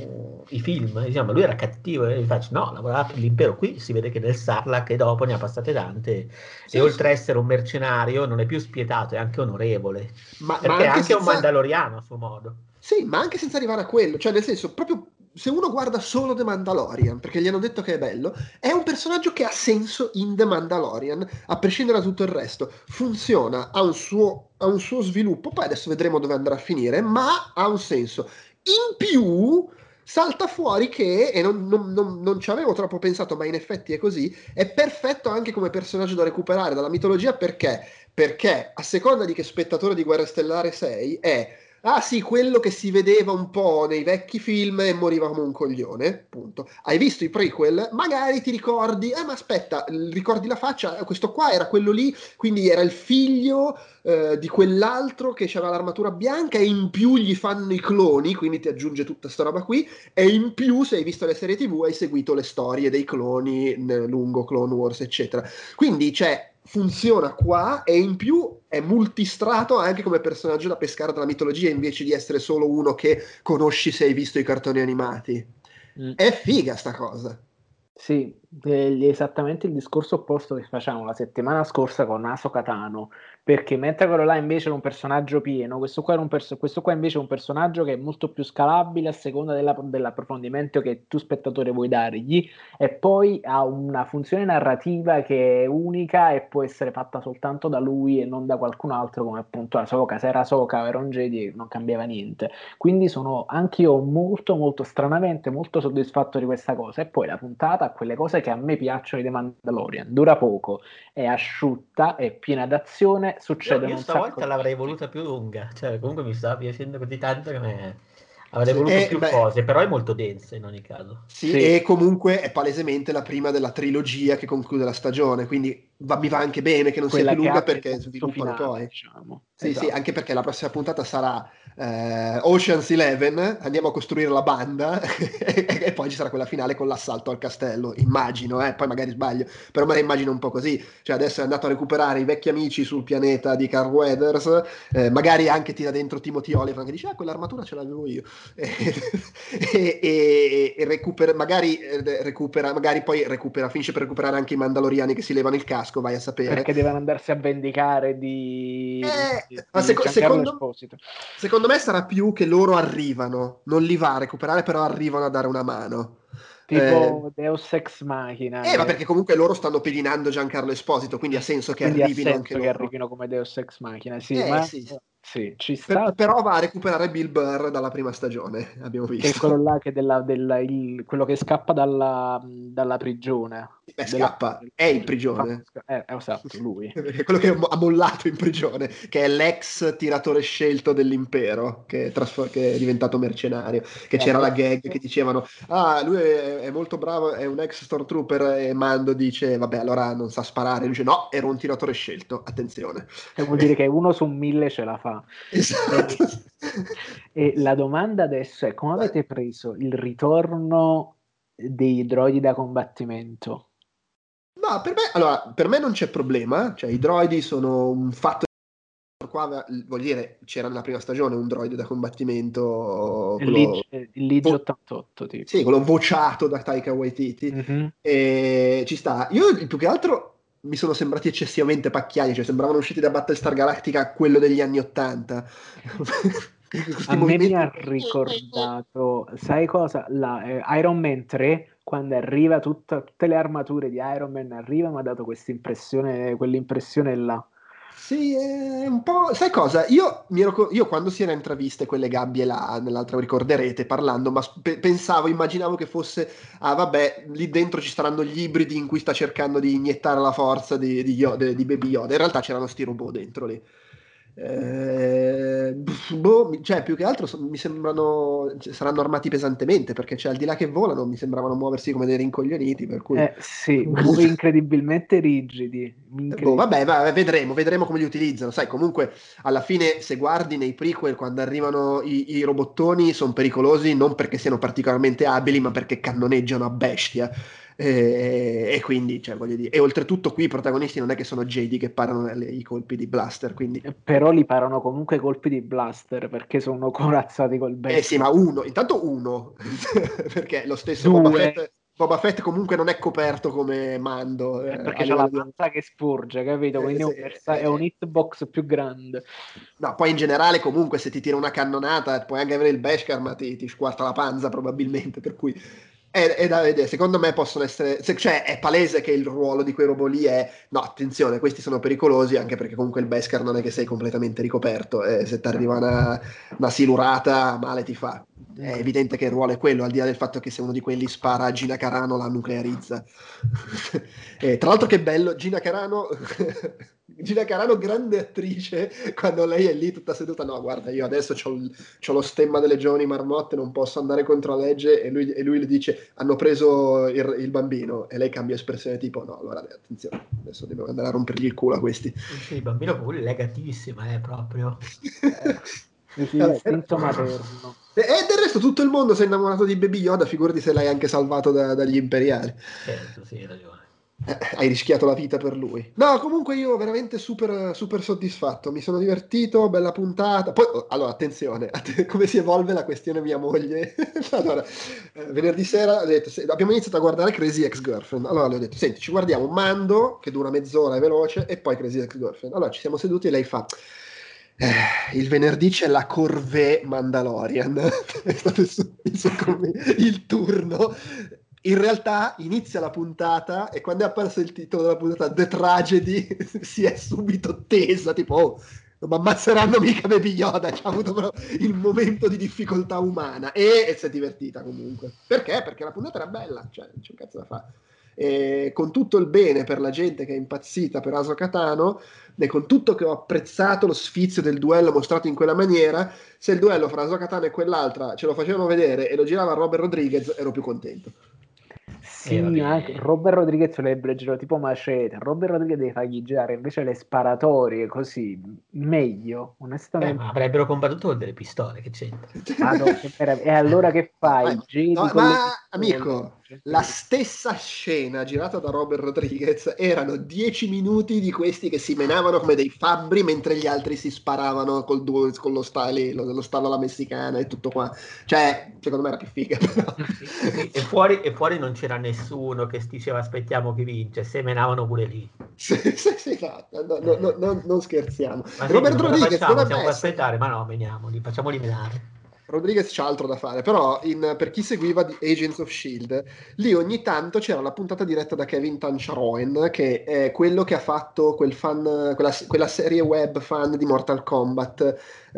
i film, diciamo, lui era cattivo, e gli faccio, no, lavorava per l'impero, qui si vede che nel Sarlacc e dopo ne ha passate tante, e oltre a Sì. essere un mercenario non è più spietato, è anche onorevole, Ma perché è anche anche un senza. mandaloriano a suo modo. Sì, ma anche senza arrivare a quello, cioè nel senso, proprio se uno guarda solo The Mandalorian, perché gli hanno detto che è bello, è un personaggio che ha senso in The Mandalorian, a prescindere da tutto il resto. Funziona, ha un suo sviluppo, poi adesso vedremo dove andrà a finire, ma ha un senso. In più, salta fuori che, e non ci avevo troppo pensato, ma in effetti è così, è perfetto anche come personaggio da recuperare dalla mitologia, perché a seconda di che spettatore di Guerra Stellare sei, ah sì, quello che si vedeva un po' nei vecchi film e moriva come un coglione, punto. Hai visto i prequel? Magari ti ricordi, ma aspetta, ricordi la faccia? Questo qua era quello lì, quindi era il figlio di quell'altro che aveva l'armatura bianca e in più gli fanno i cloni, quindi ti aggiunge tutta sta roba qui, e in più se hai visto le serie TV hai seguito le storie dei cloni lungo Clone Wars, eccetera. Quindi funziona qua e in più è multistrato anche come personaggio da pescare dalla mitologia invece di essere solo uno che conosci se hai visto i cartoni animati. È figa sta cosa. Sì, esattamente il discorso opposto che facciamo la settimana scorsa con Ahsoka Tano, perché mentre quello là invece era un personaggio pieno, questo qua invece è un personaggio che è molto più scalabile a seconda dell'approfondimento che tu spettatore vuoi dargli, e poi ha una funzione narrativa che è unica e può essere fatta soltanto da lui e non da qualcun altro, come appunto Ahsoka. Se era Ahsoka o era un Jedi non cambiava niente. Quindi sono anch'io molto molto stranamente molto soddisfatto di questa cosa. E poi la puntata ha quelle cose che a me piacciono di The Mandalorian: dura poco, è asciutta, è piena d'azione, succedono Io un sacco stavolta di l'avrei cose. voluta più lunga, cioè comunque mi stava piacendo così tanto che avrei voluto più Beh, cose, però è molto densa in ogni caso. sì, Sì, e comunque è palesemente la prima della trilogia che conclude la stagione, quindi mi va anche bene che non sia più quella che lunga apre il perché senso sviluppano finale, poi. diciamo. Sì, sì, Esatto. anche perché la prossima puntata sarà Ocean's 11, andiamo a costruire la banda e poi ci sarà quella finale con l'assalto al castello, immagino, poi magari sbaglio, però me la immagino un po' così, cioè adesso è andato a recuperare i vecchi amici sul pianeta di Carl Weathers, magari anche tira dentro Timothy Olyphant che dice quell'armatura ce l'avevo io, e magari poi recupera, finisce per recuperare anche i Mandaloriani che si levano il casco, vai a sapere. Perché devono andarsi a vendicare di Ma Giancarlo Esposito. secondo me sarà più che loro arrivano, non li va a recuperare, però arrivano a dare una mano. Tipo Deus Ex Machina, Ma perché comunque loro stanno pedinando Giancarlo Esposito, quindi ha senso che quindi ha arrivino anche senso che loro. arrivino come Deus Ex Machina, sì, ma Sì, sì. sì, ci sta. Però va a recuperare Bill Burr dalla prima stagione, abbiamo Che è quello visto. là che quello che scappa dalla prigione. Beh, scappa, è in prigione. Esatto, lui. Perché quello che ha mollato in prigione, che è l'ex tiratore scelto dell'impero, che è diventato mercenario, che c'era la Adesso, gag che dicevano, lui è molto bravo, è un ex stormtrooper, e Mando dice, vabbè, allora non sa sparare, lui dice, no, ero un tiratore scelto, attenzione. che vuol dire che 1 su 1000 ce la fa. E, Esatto. e la domanda adesso è: come Beh, avete preso il ritorno dei droidi da combattimento? no, per me non c'è problema, cioè i droidi sono un fatto. Qua vuol dire c'era nella prima stagione un droide da combattimento, Il Ligie 88, tipo. sì, quello vociato da Taika Waititi, Mhm. e ci sta. Io più che altro mi sono sembrati eccessivamente pacchiani, cioè sembravano usciti da Battlestar Galactica, quello degli anni '80. A Questi me mi movimenti. ha ricordato, sai cosa? Iron Man 3, quando arriva tutte le armature di Iron Man arrivano, mi ha dato questa impressione, quell'impressione là. Sì, è un po'. Sai cosa? Io quando si era in intraviste quelle gabbie là, nell'altra ricorderete parlando, ma immaginavo che fosse, vabbè, lì dentro ci saranno gli ibridi in cui sta cercando di iniettare la forza di Baby Yoda. In realtà c'erano sti robot dentro lì. Cioè, più che altro mi sembrano, cioè, saranno armati pesantemente perché al di là che volano mi sembravano muoversi come dei rincoglioniti, per cui. Sì, incredibilmente rigidi. Vabbè, vedremo come li utilizzano. Sai, comunque, alla fine, se guardi nei prequel, quando arrivano i robottoni, sono pericolosi non perché siano particolarmente abili, ma perché cannoneggiano a bestia. E quindi, cioè, voglio dire, e oltretutto qui i protagonisti non è che sono Jedi che parano i colpi di blaster, quindi. Però li parano comunque colpi di blaster perché sono corazzati col Eh sì, Beskar. ma intanto uno, perché lo stesso Boba Due, Fett, Boba Fett comunque non è coperto come Mando, a perché c'ha la livello di. panza che sporge, capito? Quindi Sì, è un hitbox più grande. no, poi in generale comunque se ti tira una cannonata puoi anche avere il Beskar ma ti squarta la panza probabilmente, per cui è da vedere. Secondo me possono essere, cioè è palese che il ruolo di quei robot lì è no, attenzione, questi sono pericolosi anche perché comunque il Beskar non è che sei completamente ricoperto e se ti arriva una silurata male ti fa. è evidente che il ruolo è quello, al di là del fatto che se uno di quelli spara a Gina Carano la nuclearizza. Tra l'altro che bello, Gina Carano grande attrice, quando lei è lì tutta seduta, no guarda io adesso c'ho lo stemma delle giovani marmotte, non posso andare contro la legge, e lui le dice hanno preso il bambino, e lei cambia espressione tipo no, allora attenzione, adesso devo andare a rompergli il culo a questi. Sì, il bambino pure legatissima, proprio. Istinto materno. E del resto tutto il mondo si è innamorato di Baby Yoda, figurati se l'hai anche salvato dagli imperiali. Certo, sì, hai ragione. Hai rischiato la vita per lui. No, comunque io veramente super, super soddisfatto, mi sono divertito, bella puntata. Poi, allora, attenzione, come si evolve la questione mia moglie. Allora, venerdì sera ho detto, abbiamo iniziato a guardare Crazy Ex-Girlfriend. Allora le ho detto, senti, ci guardiamo Mando, che dura mezz'ora, è veloce, e poi Crazy Ex-Girlfriend. Allora ci siamo seduti e lei fa... il venerdì c'è la Corvée Mandalorian. È stato il turno. In realtà inizia la puntata e quando è apparso il titolo della puntata The Tragedy si è subito tesa, tipo oh, non mi ammazzeranno mica Baby Yoda, c'ha avuto però il momento di difficoltà umana e si è divertita comunque. Perché? Perché la puntata era bella, cioè non c'è un cazzo da fare. E con tutto il bene per la gente che è impazzita per Ahsoka Tano, e con tutto che ho apprezzato lo sfizio del duello mostrato in quella maniera, se il duello fra Ahsoka Tano e quell'altra ce lo facevano vedere e lo girava Robert Rodriguez, ero più contento. Sì, anche Robert Rodriguez le leggero tipo macete. Robert Rodriguez deve fargli girare invece le sparatorie così meglio, onestamente. Ma avrebbero combattuto con delle pistole, che c'entra? E allora che fai? No, Jedi con le ma pistole? amico, la stessa scena girata da Robert Rodriguez erano 10 minuti di questi che si menavano come dei fabbri mentre gli altri si sparavano con lo stallo alla messicana e tutto qua. Cioè, secondo me era più figa. Però. Sì, e fuori non c'era nessuno che diceva aspettiamo chi vince, semenavano pure lì. Sì, esatto. Non scherziamo. Ma senti, Robert ma cosa Rodriguez facciamo? dovrebbe Siamo qua a essere... aspettare? Ma no, meniamoli, facciamoli menare. Rodriguez c'ha altro da fare, però per chi seguiva di Agents of S.H.I.E.L.D., lì ogni tanto c'era la puntata diretta da Kevin Tancharoen, che è quello che ha fatto quella serie web fan di Mortal Kombat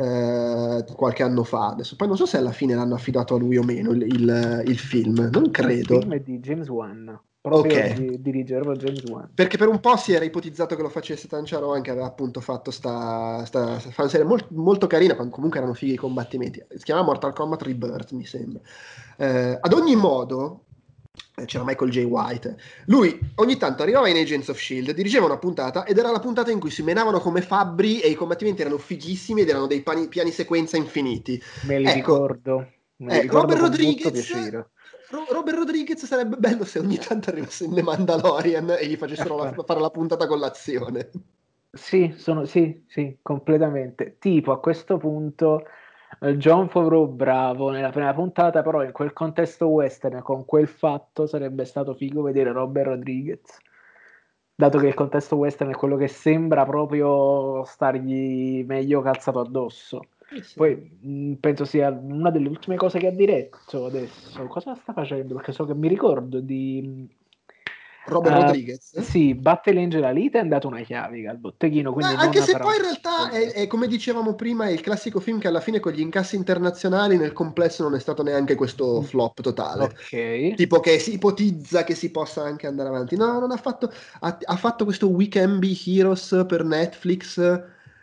qualche anno fa. Adesso poi non so se alla fine l'hanno affidato a lui o meno il film, non credo. Il film è di James Wan, proprio Ok. dirige proprio James Wan. Perché per un po' si era ipotizzato che lo facesse Tancharoen, che aveva appunto fatto sta fanserie molto, molto carina, comunque erano fighi i combattimenti. Si chiamava Mortal Kombat Rebirth, mi sembra. Ad ogni modo, c'era Michael J. White. Lui ogni tanto arrivava in Agents of S.H.I.E.L.D., dirigeva una puntata ed era la puntata in cui si menavano come fabbri e i combattimenti erano fighissimi ed erano dei piani sequenza infiniti. Me li ricordo Robert con molto Rodriguez... piacere. Robert Rodriguez sarebbe bello se ogni tanto arrivasse in The Mandalorian e gli facessero fare la puntata con l'azione. Sì, sì, completamente. Tipo a questo punto John Favreau bravo nella prima puntata, però in quel contesto western con quel fatto sarebbe stato figo vedere Robert Rodriguez, dato che il contesto western è quello che sembra proprio stargli meglio calzato addosso. Sì. Poi penso sia una delle ultime cose che ha diretto adesso. Cosa sta facendo? Perché so che mi ricordo di Robert Rodriguez? sì, Battle Angel Alita è andato una chiavica al botteghino, quindi Anche non se sarà poi in realtà è come dicevamo prima, è il classico film che alla fine con gli incassi internazionali nel complesso non è stato neanche questo flop totale. Ok. Tipo che si ipotizza che si possa anche andare avanti. No, non ha fatto. Ha fatto questo We Can Be Heroes per Netflix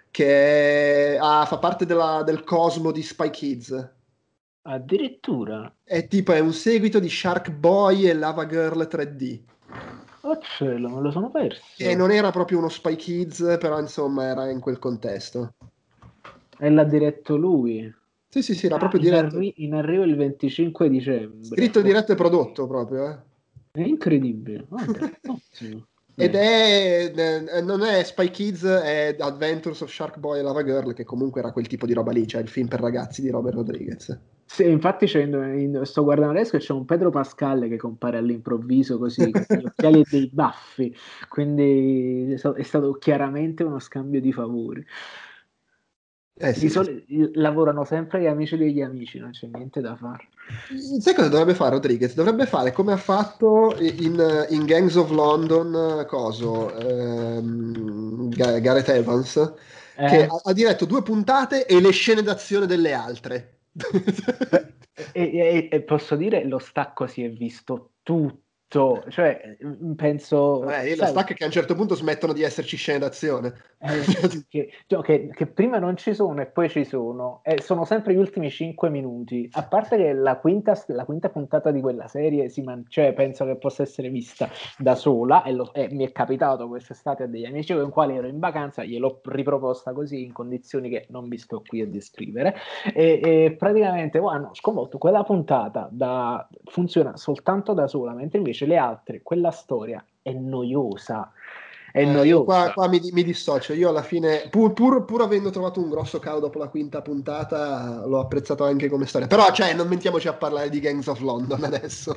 che fa parte del cosmo di Spy Kids. Addirittura. È un seguito di Shark Boy e Lava Girl 3D. Oh cielo, me lo sono perso. E non era proprio uno Spy Kids, però insomma era in quel contesto. E l'ha diretto lui. Sì, era proprio diretto. In arrivo il 25 dicembre. Scritto, diretto e prodotto proprio, eh. È incredibile. Vabbè, ottimo. Ed non è Spy Kids, è Adventures of Shark Boy e Lava Girl, che comunque era quel tipo di roba lì, cioè il film per ragazzi di Robert Rodriguez. Sì, infatti sto guardando adesso e c'è un Pedro Pascal che compare all'improvviso così, con gli occhiali e dei baffi, quindi è stato chiaramente uno scambio di favori. Sì. Lavorano sempre gli amici degli amici, non c'è niente da fare. Sai cosa dovrebbe fare Rodriguez? Dovrebbe fare come ha fatto in Gangs of London, Gareth Evans, che ha diretto 2 puntate e le scene d'azione delle altre. E posso dire, lo stacco si è visto tutto, cioè penso, Vabbè, lo sai, stacco è che a un certo punto smettono di esserci scene d'azione. sì, che prima non ci sono e poi ci sono, e sono sempre gli ultimi 5 minuti. A parte che la quinta puntata di quella serie cioè, penso che possa essere vista da sola, e mi è capitato quest'estate a degli amici con i quali ero in vacanza, gliel'ho riproposta così in condizioni che non vi sto qui a descrivere, e praticamente hanno sconvolto quella puntata, funziona soltanto da sola, mentre invece le altre, quella storia è noiosa. È Io qua, noiosa. qua mi dissocio. Io alla fine, pur avendo trovato un grosso calo dopo la quinta puntata, l'ho apprezzato anche come storia. Però, cioè, non mentiamoci a parlare di Gangs of London adesso.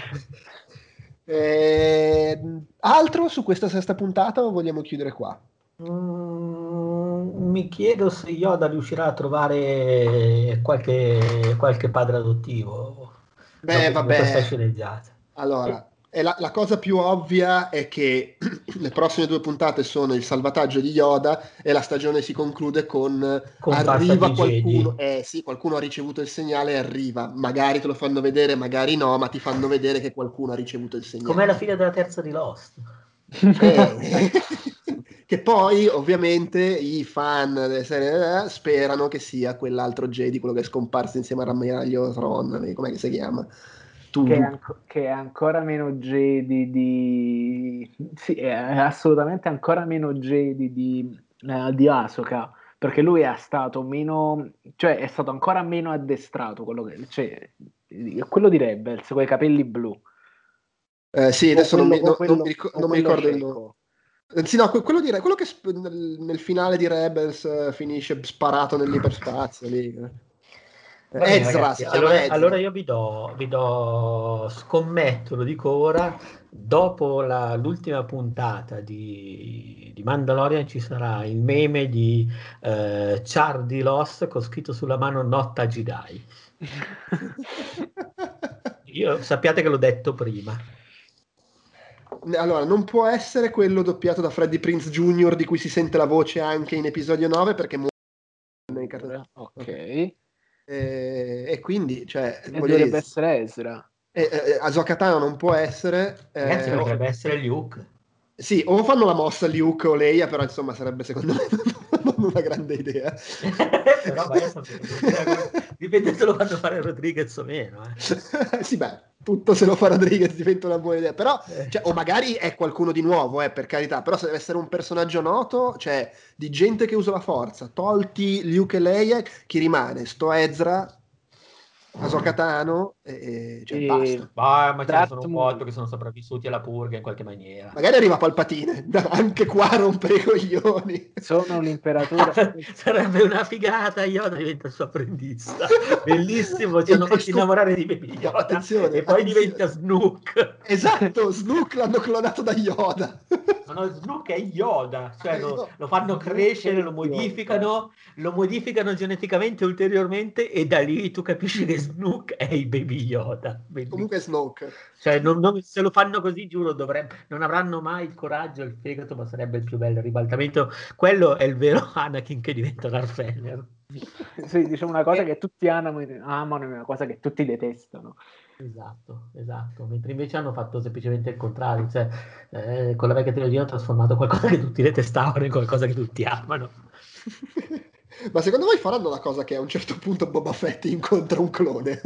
Altro su questa sesta puntata o vogliamo chiudere qua? Mi chiedo se Yoda riuscirà a trovare qualche padre adottivo Beh, dopo questa vabbè. sceneggiata. Allora, la cosa più ovvia è che le prossime due puntate sono il salvataggio di Yoda e la stagione si conclude con Comparsa arriva di qualcuno, Jedi. sì, qualcuno ha ricevuto il segnale e arriva. Magari te lo fanno vedere, magari no, ma ti fanno vedere che qualcuno ha ricevuto il Com'è la segnale. fine della terza di Lost? Eh, che poi ovviamente i fan delle serie sperano che sia quell'altro Jedi, quello che è scomparso insieme a Rammiraglio Thrawn, com'è che si chiama? Tudu. Che è ancora meno Jedi sì, è assolutamente ancora meno Jedi di Ahsoka, perché lui è stato meno, cioè è stato ancora meno addestrato, quello di Rebels, con i capelli blu, Sì, o adesso quello, non mi quello ricordo il nome. cieco. Sì, no, quello che nel finale di Rebels finisce sparato nell'iperspazio lì. Va bene, Ezra, ragazzi, si chiama allora Ezra. io scommetto, lo dico ora, dopo l'ultima puntata di Mandalorian ci sarà il meme di Char di Lost con scritto sulla mano Notta Jedi. Io sappiate che l'ho detto prima. Allora, non può essere quello doppiato da Freddie Prinze Jr. di cui si sente la voce anche in episodio 9 perché muore nei cartoni. Ok, Ok. e E quindi, cioè, voglio dovrebbe dire, essere Ezra. Ahsoka Tano non può essere, Ragazzi, potrebbe essere Luke. sì, o fanno la mossa Luke o Leia, però insomma sarebbe secondo me non una grande idea. Però vai a sapere, dipende se lo fanno fare Rodriguez o meno. Sì, beh, tutto se lo fa Rodriguez diventa una buona idea, però, Eh. cioè, o magari è qualcuno di nuovo, per carità, però se deve essere un personaggio noto, cioè, di gente che usa la forza, tolti Luke e Leia, chi rimane? Sto Ezra, Ahsoka Tano, cioè, basta. Ma ce ne sono Darth un botto Maul. che sono sopravvissuti alla purga in qualche maniera. Magari arriva Palpatine, anche qua a rompere i coglioni. Sono l'imperatore. Sarebbe una figata, Yoda diventa il suo apprendista. Bellissimo, ci hanno E fatto innamorare di Baby no, Yoda attenzione, e poi attenzione. diventa Snook. Esatto, Snook l'hanno clonato da Yoda. Ma no, Snook è Yoda, cioè Io- lo fanno Snook è crescere, idiota. lo modificano geneticamente ulteriormente e da lì tu capisci che Snook è il Baby Yoda. Comunque è Bellissimo. Snoke. Cioè, se lo fanno così, giuro, non avranno mai il coraggio e il fegato, ma sarebbe il più bello ribaltamento. Quello è il vero Anakin che diventa Darth Vader. Sì, diciamo una cosa Eh, che tutti amano e una cosa che tutti detestano. Esatto, esatto. Mentre invece hanno fatto semplicemente il contrario, cioè con la vecchia trilogia hanno trasformato qualcosa che tutti detestavano in qualcosa che tutti amano. Ma secondo voi faranno la cosa che a un certo punto Boba Fett incontra un clone?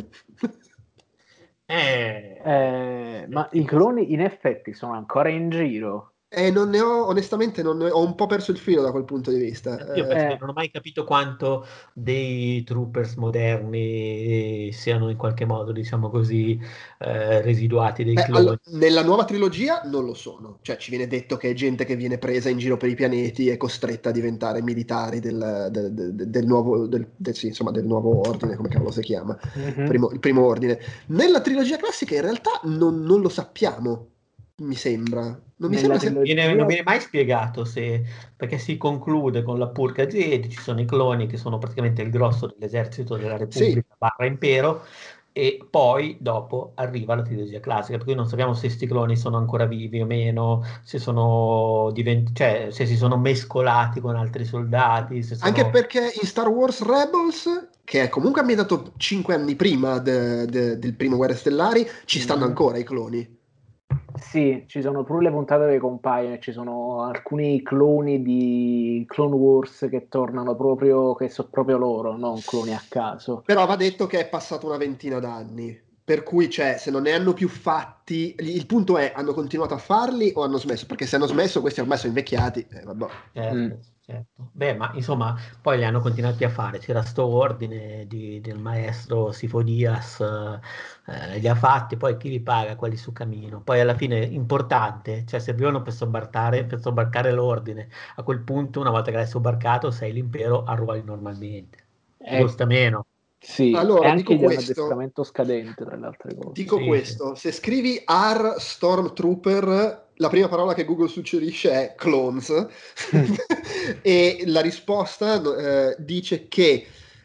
Ma i cloni in effetti sono ancora in giro. Non ne ho, onestamente, ho un po' perso il filo da quel punto di vista. Io penso che non ho mai capito quanto dei troopers moderni siano in qualche modo, diciamo così, residuati dei cloni. Nella nuova trilogia non lo sono, cioè ci viene detto che è gente che viene presa in giro per i pianeti e costretta a diventare militari del nuovo, sì, insomma, del nuovo ordine, come cavolo si chiama, Mhm. il primo ordine. Nella trilogia classica in realtà non lo sappiamo, mi sembra. Non mi Nella sembra sia... Non trilogia viene mai spiegato se, perché si conclude con la purga Jedi, ci sono i cloni che sono praticamente il grosso dell'esercito della Sì, Repubblica barra impero, e poi dopo arriva la trilogia classica, per cui non sappiamo se questi cloni sono ancora vivi o meno, se sono se si sono mescolati con altri soldati, se anche sono... perché in Star Wars Rebels che è comunque ambientato 5 anni prima del primo Guerre Stellari, ci stanno ancora i cloni. Sì, ci sono pure le puntate che compaiono, ci sono alcuni cloni di Clone Wars che tornano proprio, che sono proprio loro, non cloni a caso. Però va detto che è passato una ventina d'anni, per cui se non ne hanno più fatti, il punto è, hanno continuato a farli o hanno smesso? Perché se hanno smesso questi ormai sono invecchiati, vabbè. Certo. Beh, ma insomma, poi li hanno continuati a fare. C'era sto ordine del maestro Sifo-Dyas, li ha fatti, poi chi li paga? Quelli su cammino. Poi alla fine, importante, cioè servivano per sobbarcare l'ordine. A quel punto, una volta che l'hai sobbarcato, sei l'impero, arruoli normalmente. Costa meno. Sì, e Allora, anche dico gli è un questo, addestramento scadente tra le altre cose. dico Sì, questo, se scrivi R Stormtrooper, la prima parola che Google suggerisce è clones e la risposta dice che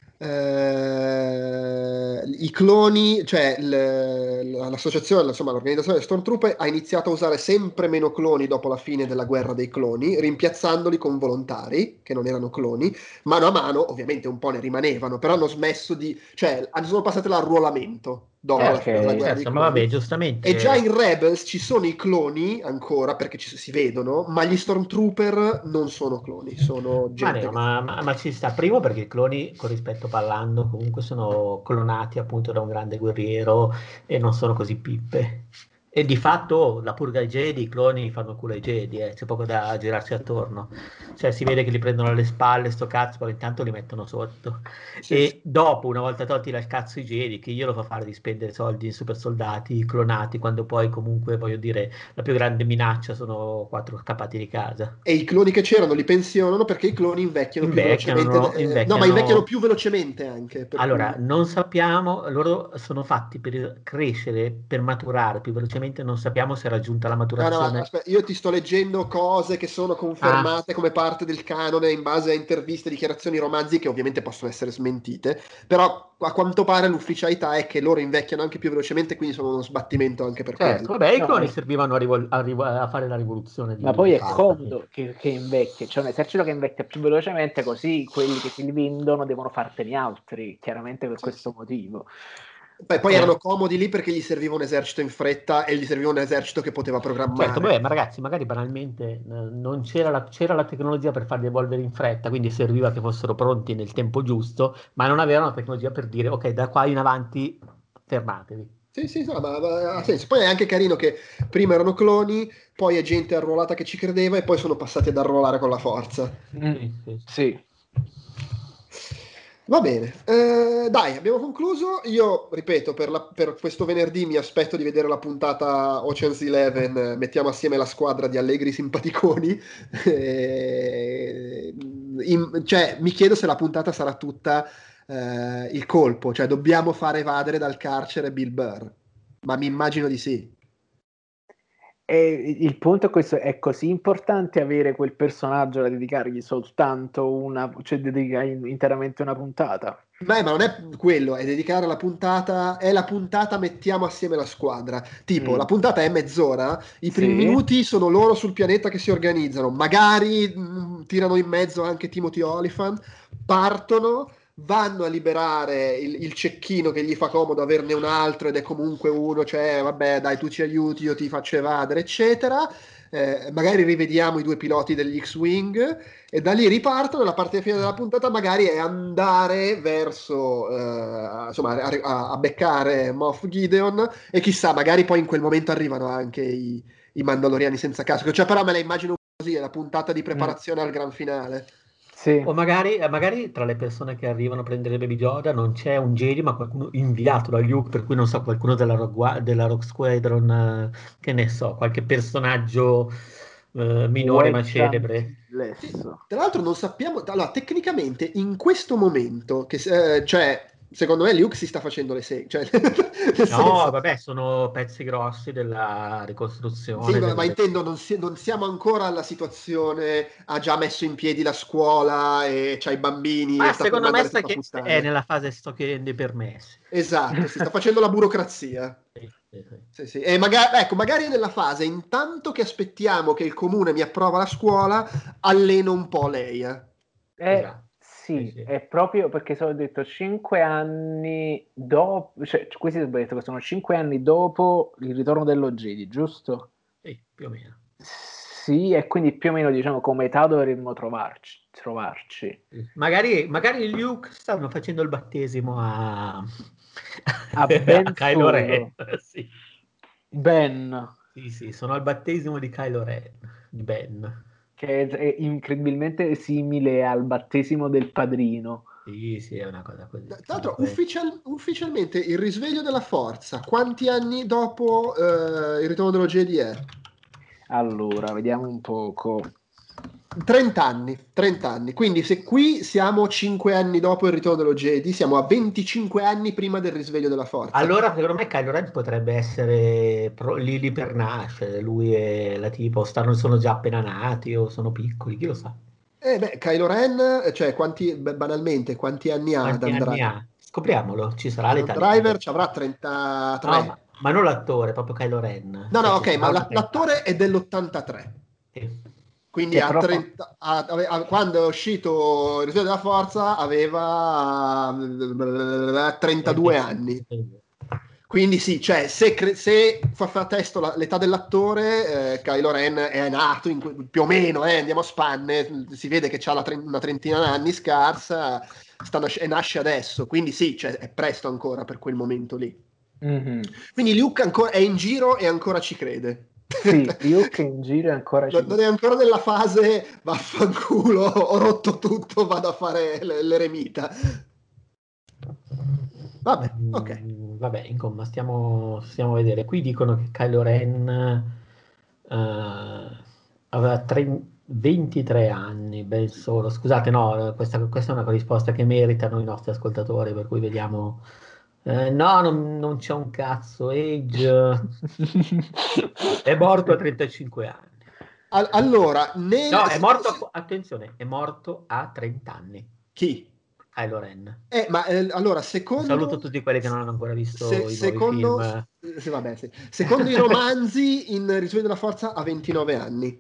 i cloni, cioè l'associazione, insomma l'organizzazione dei Stormtrooper ha iniziato a usare sempre meno cloni dopo la fine della guerra dei cloni, rimpiazzandoli con volontari che non erano cloni. Mano a mano, ovviamente un po' ne rimanevano, però hanno smesso cioè sono passate l'arruolamento dopo la fine della guerra dei certo, ma cloni. vabbè, E già giustamente. in Rebels ci sono i cloni ancora, perché si vedono, ma gli Stormtrooper non sono cloni, sono Ma, gente che... ma ci sta, primo perché i cloni, con rispetto parlando, comunque sono clonati appunto da un grande guerriero e non sono così pippe. E di fatto la purga ai Jedi, i cloni fanno culo ai Jedi, c'è poco da girarci attorno. Cioè si vede che li prendono alle spalle, sto cazzo, poi intanto li mettono sotto. Sì, sì. E dopo, una volta tolti dal cazzo i Jedi, che io lo fa fare di spendere soldi in super soldati clonati, quando poi comunque, voglio dire, la più grande minaccia sono 4 scappati di casa. E i cloni che c'erano li pensionano perché i cloni invecchiano più velocemente. No, ma invecchiano Invecchiano. più velocemente anche, per Allora, cui... non sappiamo, loro sono fatti per crescere, per maturare più velocemente, non sappiamo se è raggiunta la No, no, maturazione. aspetta, io ti sto leggendo cose che sono Ah, confermate come parte del canone in base a interviste, dichiarazioni, romanzi che ovviamente possono essere smentite, però a quanto pare l'ufficialità è che loro invecchiano anche più velocemente, quindi sono uno sbattimento anche per quello. certo, vabbè, i No, cloni servivano a fare la rivoluzione ma di poi è Palpatine. comodo che invecchia, c'è un esercito che invecchia più velocemente, così quelli che ti li vendono devono fartene altri, chiaramente per Sì, questo sì. motivo. Poi erano comodi lì perché gli serviva un esercito in fretta e gli serviva un esercito che poteva Certo, programmare. vabbè, ma ragazzi, magari banalmente non c'era la tecnologia per farli evolvere in fretta, quindi serviva che fossero pronti nel tempo giusto, ma non avevano la tecnologia per dire, ok, da qua in avanti fermatevi. Sì, sì, no, ma ha senso. Poi è anche carino che prima erano cloni, poi è gente arruolata che ci credeva e poi sono passati ad arruolare con la forza. Sì, sì, sì. Sì. Va bene, dai, abbiamo concluso. Io, ripeto, per questo venerdì mi aspetto di vedere la puntata Ocean's 11, mettiamo assieme la squadra di allegri simpaticoni. Cioè, mi chiedo se la puntata sarà tutta il colpo, cioè dobbiamo far evadere dal carcere Bill Burr, ma mi immagino di sì. E il punto è questo, è così importante avere quel personaggio da dedicargli soltanto cioè dedicare interamente una puntata. Beh, ma non è quello, è dedicare la puntata, è la puntata mettiamo assieme la squadra. Tipo, la puntata è mezz'ora, i primi Sì, minuti sono loro sul pianeta che si organizzano, magari tirano in mezzo anche Timothy Olyphant, partono, vanno a liberare il cecchino che gli fa comodo averne un altro ed è comunque uno, cioè vabbè dai tu ci aiuti, io ti faccio evadere, eccetera. Magari rivediamo i due piloti degli X-Wing e da lì ripartono. La parte fine della puntata magari è andare verso insomma a beccare Moff Gideon e chissà magari poi in quel momento arrivano anche i Mandaloriani senza casco, cioè però me la immagino un po' così, è la puntata di preparazione al gran finale. sì. O magari tra le persone che arrivano a prendere Baby Yoda non c'è un Jedi, ma qualcuno inviato da Luke, per cui non so, qualcuno della Rogue Squadron, che ne so, qualche personaggio minore ma Wedge celebre. Antilles. Sì, tra l'altro non sappiamo, allora tecnicamente in questo momento, cioè secondo me Luke si sta facendo le seghe, cioè, nel No, senso, vabbè, sono pezzi grossi della sì, ricostruzione. ma intendo non siamo ancora alla situazione, ha già messo in piedi la scuola e c'ha i bambini e Ma sta per secondo me mandare tutto a è puttane. nella fase sto chiedendo i permessi. Esatto, si sta facendo la burocrazia. Sì, sì, sì. Sì, sì. E magari, ecco, magari è nella fase, intanto che aspettiamo che il comune mi approva la scuola, alleno un po' lei. Eh, Esatto. Sì, Sì. è proprio perché sono detto 5 anni dopo, cioè questi sono detto che sono 5 anni dopo il ritorno dello Jedi, giusto? Sì, più o meno. Sì, e quindi più o meno diciamo come età dovremmo trovarci. Sì. Magari Luke stanno facendo il battesimo a, A a Ben Kylo Ren. Solo, Sì. Ben, Sì, sì, sono al battesimo di Kylo Ren, di Ben. che è incredibilmente simile al battesimo del padrino. Sì, sì, è una cosa così. Tra l'altro, Comunque, ufficialmente il risveglio della forza, quanti anni dopo il ritorno dello Jedi è? Allora, vediamo un poco. 30 anni, 30 anni. Quindi se qui siamo 5 anni dopo il ritorno dello Jedi, siamo a 25 anni prima del risveglio della forza. allora, secondo me Kylo Ren potrebbe essere lì per nascere. Lui e la tipo sono già appena nati o sono piccoli, chi lo sa. Kylo Ren, cioè banalmente, quanti anni ha Quanti Adam anni Driver? ha? Scopriamolo, ci sarà Adam l'età di Kylo Driver ci Ren. avrà No, 33. ma non l'attore, proprio Kylo Ren. No, Cioè no, ci ok, sarà ma una età. l'attore è dell'83. Sì. Quindi Che però fa... quando è uscito il risveglio della forza aveva 32 anni. Quindi sì, cioè, se fa testo l'età dell'attore, Kylo Ren è nato più o meno, andiamo a spanne, si vede che ha una trentina d'anni scarsa, e nasce adesso, quindi sì, cioè, è presto ancora per quel momento lì. Mhm. Quindi Luke è in giro e ancora ci crede. Sì, Luke in giro e ancora ci... Non è ancora nella fase vaffanculo, ho rotto tutto, vado a fare l'eremita. Vabbè, ok. Vabbè, insomma, stiamo a vedere. Qui dicono che Kylo Ren aveva 23 anni, ben solo. Scusate, no, questa è una risposta che meritano i nostri ascoltatori, per cui vediamo. No, non c'è un cazzo. Age è morto a 35 anni. Allora, No, è morto, attenzione, è morto a 30 anni. chi? Kylo Ren. Allora, Un saluto a tutti quelli che non hanno ancora visto i nuovi secondo, film. sì, vabbè, sì. Secondo i romanzi, in Risveglio della Forza ha 29 anni.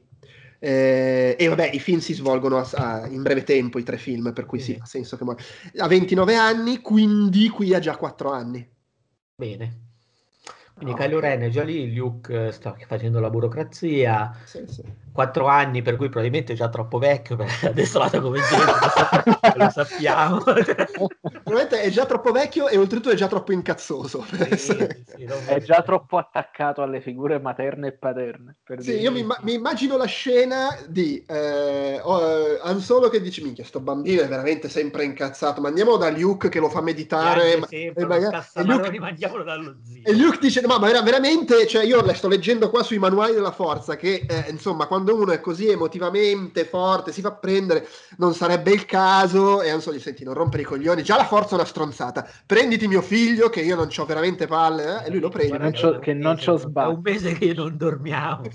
E vabbè, i film si svolgono in breve tempo, i 3 film, per cui sì, Sì. ha senso che ha 29 anni, quindi qui ha già 4 anni. Bene. Quindi Kylo Ok. Ren è già lì, Luke sta facendo la burocrazia, Sì, sì. 4 anni, per cui probabilmente è già troppo vecchio, perché adesso vado come Jedi, lo sappiamo. Probabilmente è già troppo vecchio e oltretutto è già troppo incazzoso per Sì, essere... sì, sì, non È vorrei. già troppo attaccato alle figure materne e paterne, per Sì, io dire. Sì, sì. mi immagino la scena di Han Solo che dice, minchia, sto bambino è veramente sempre incazzato, ma andiamo da Luke che lo fa meditare, Piange sempre, uno e Luke, scassamaroni, mandiamolo dallo e zio. Luke dice, no, ma veramente, cioè io le sto leggendo qua sui manuali della forza, che insomma, quando uno è così emotivamente forte, si fa prendere, non sarebbe il caso, e Han Solo gli senti, non rompere i coglioni, già la forza è una stronzata, prenditi mio figlio, che io non c'ho veramente palle, e lui lo Veramente, Che prende. guarda non che ormai che non c'ho è un sbatti. mese che non dormiamo.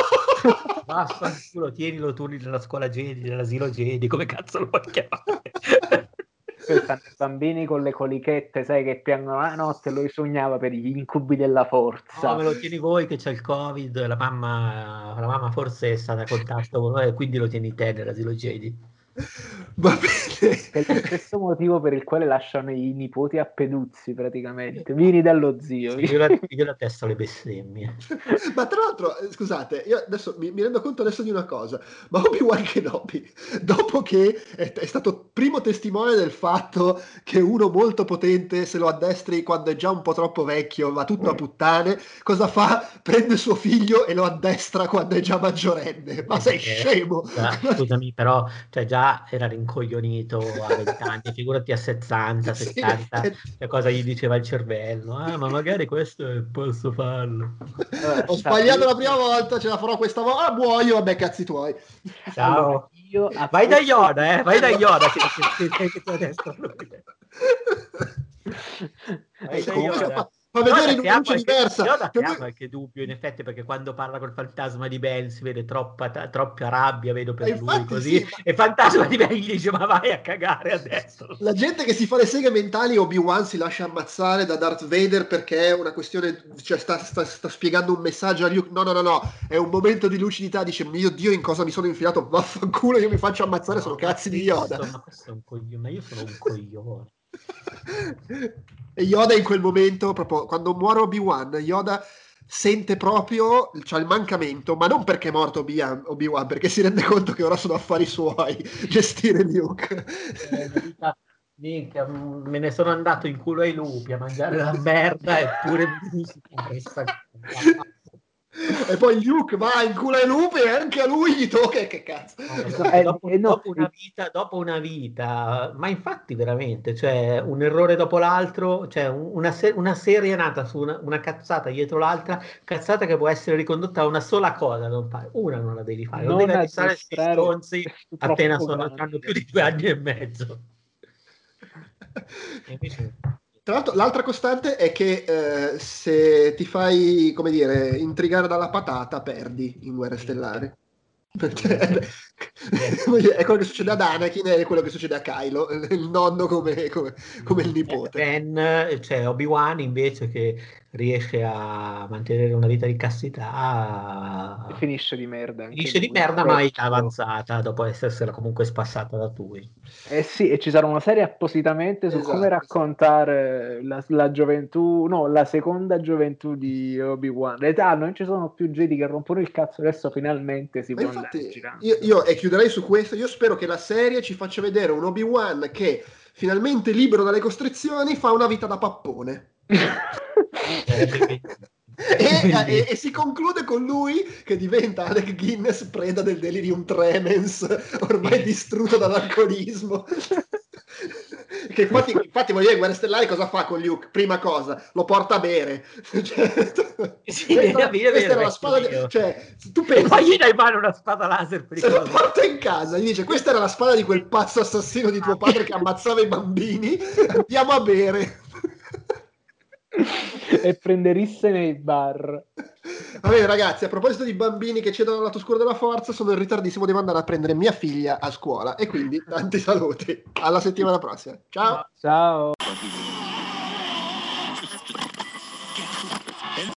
Vaffanculo, tienilo tu lì nella scuola Jedi, nell'asilo Jedi, come cazzo lo vuoi chiamare? Poi stanno i bambini con le colichette, sai, che piangono la notte e lui sognava per gli incubi della No, forza. me lo tieni voi che c'è il Covid, la mamma forse è stata a contatto con noi e quindi lo tieni te nell'asilo Jedi. Va bene. Che è lo stesso motivo per il quale lasciano i nipoti a peduzzi, praticamente. Vieni dallo zio. Sì, io la testo le bestemmie. Ma tra l'altro, scusate, io adesso mi rendo conto adesso di una cosa, ma Obi-Wan Kenobi, dopo che è stato primo testimone del fatto che uno molto potente se lo addestri quando è già un po' troppo vecchio, va tutto a puttane, cosa fa? Prende suo figlio e lo addestra quando è già maggiorenne. Ma sei Perché, scemo? scusami, però cioè, già era rincoglionito a 20 anni, figurati a 60, Sì, in 70, effetti. cioè, cosa gli diceva il cervello? Ah, ma magari questo posso farlo. Allora, Ho sta sbagliato la tutto. prima volta, ce la farò questa volta. Ah, muoio, vabbè, cazzi tuoi. Allora, Ciao. io a Vai da questo Yoda, vai da punto... Yoda che ti ha detto lui. Vai da Comunque, Yoda. fa vedere in una luce diversa. Yoda che ha qualche dubbio, in effetti, perché quando parla col fantasma di Ben si vede troppa rabbia, vedo per lui così, sì, e il fantasma di Ben gli dice: ma vai a cagare adesso. La gente che si fa le seghe mentali, Obi-Wan si lascia ammazzare da Darth Vader perché è una questione, cioè sta spiegando un messaggio a Luke. No, è un momento di lucidità, dice: mio Dio, in cosa mi sono infilato? Vaffanculo, io mi faccio ammazzare, sono cazzi di Yoda. Ma questo è un coglione, ma io sono un coglione. E Yoda in quel momento, proprio quando muore Obi-Wan, Yoda sente proprio, c'ha il mancamento, ma non perché è morto Obi-Wan, perché si rende conto che ora sono affari suoi gestire Luke. Minchia, me ne sono andato in culo ai lupi a mangiare la merda, eppure mi si questa. E poi Luke va in culo ai lupi e anche a lui gli tocca, che cazzo. Dopo una vita, ma infatti veramente, cioè un errore dopo l'altro, cioè una serie nata su una cazzata dietro l'altra, cazzata che può essere ricondotta a una sola cosa, non fare. Una non la devi fare, non devi addestrare questi stronzi appena hanno più di 2 anni e mezzo. E invece... Tra l'altro, l'altra costante è che se ti fai, come dire, intrigare dalla patata, perdi in Guerre Stellari. È quello che succede ad Anakin e quello che succede a Kylo, il nonno come il nipote. Ben, cioè Obi-Wan invece che riesce a mantenere una vita di castità, finisce di merda. Finisce di merda, ma è avanzata dopo essersela comunque spassata da Tui. Sì, e ci sarà una serie appositamente su come raccontare la gioventù, no, la seconda gioventù di Obi-Wan. Non ci sono più Jedi che rompono il cazzo, adesso finalmente si può andare girando. Io chiuderei su questo, io spero che la serie ci faccia vedere un Obi-Wan che finalmente libero dalle costrizioni fa una vita da pappone. E si conclude con lui che diventa Alec Guinness, preda del delirium tremens, ormai distrutto dall'alcolismo. Che infatti voglio dire, Guerre Stellari cosa fa con Luke? Prima cosa, lo porta a bere. Questa era la spada cioè, tu pensi, e poi gli dai in mano una spada laser se lo porta in casa, gli dice: questa era la spada di quel pazzo assassino di tuo padre che ammazzava i bambini, andiamo a bere. E prenderisse nei bar. Vabbè ragazzi, a proposito di bambini che cedono al lato oscuro della forza, sono in ritardissimo, devo andare a prendere mia figlia a scuola e quindi tanti saluti, alla settimana prossima, ciao.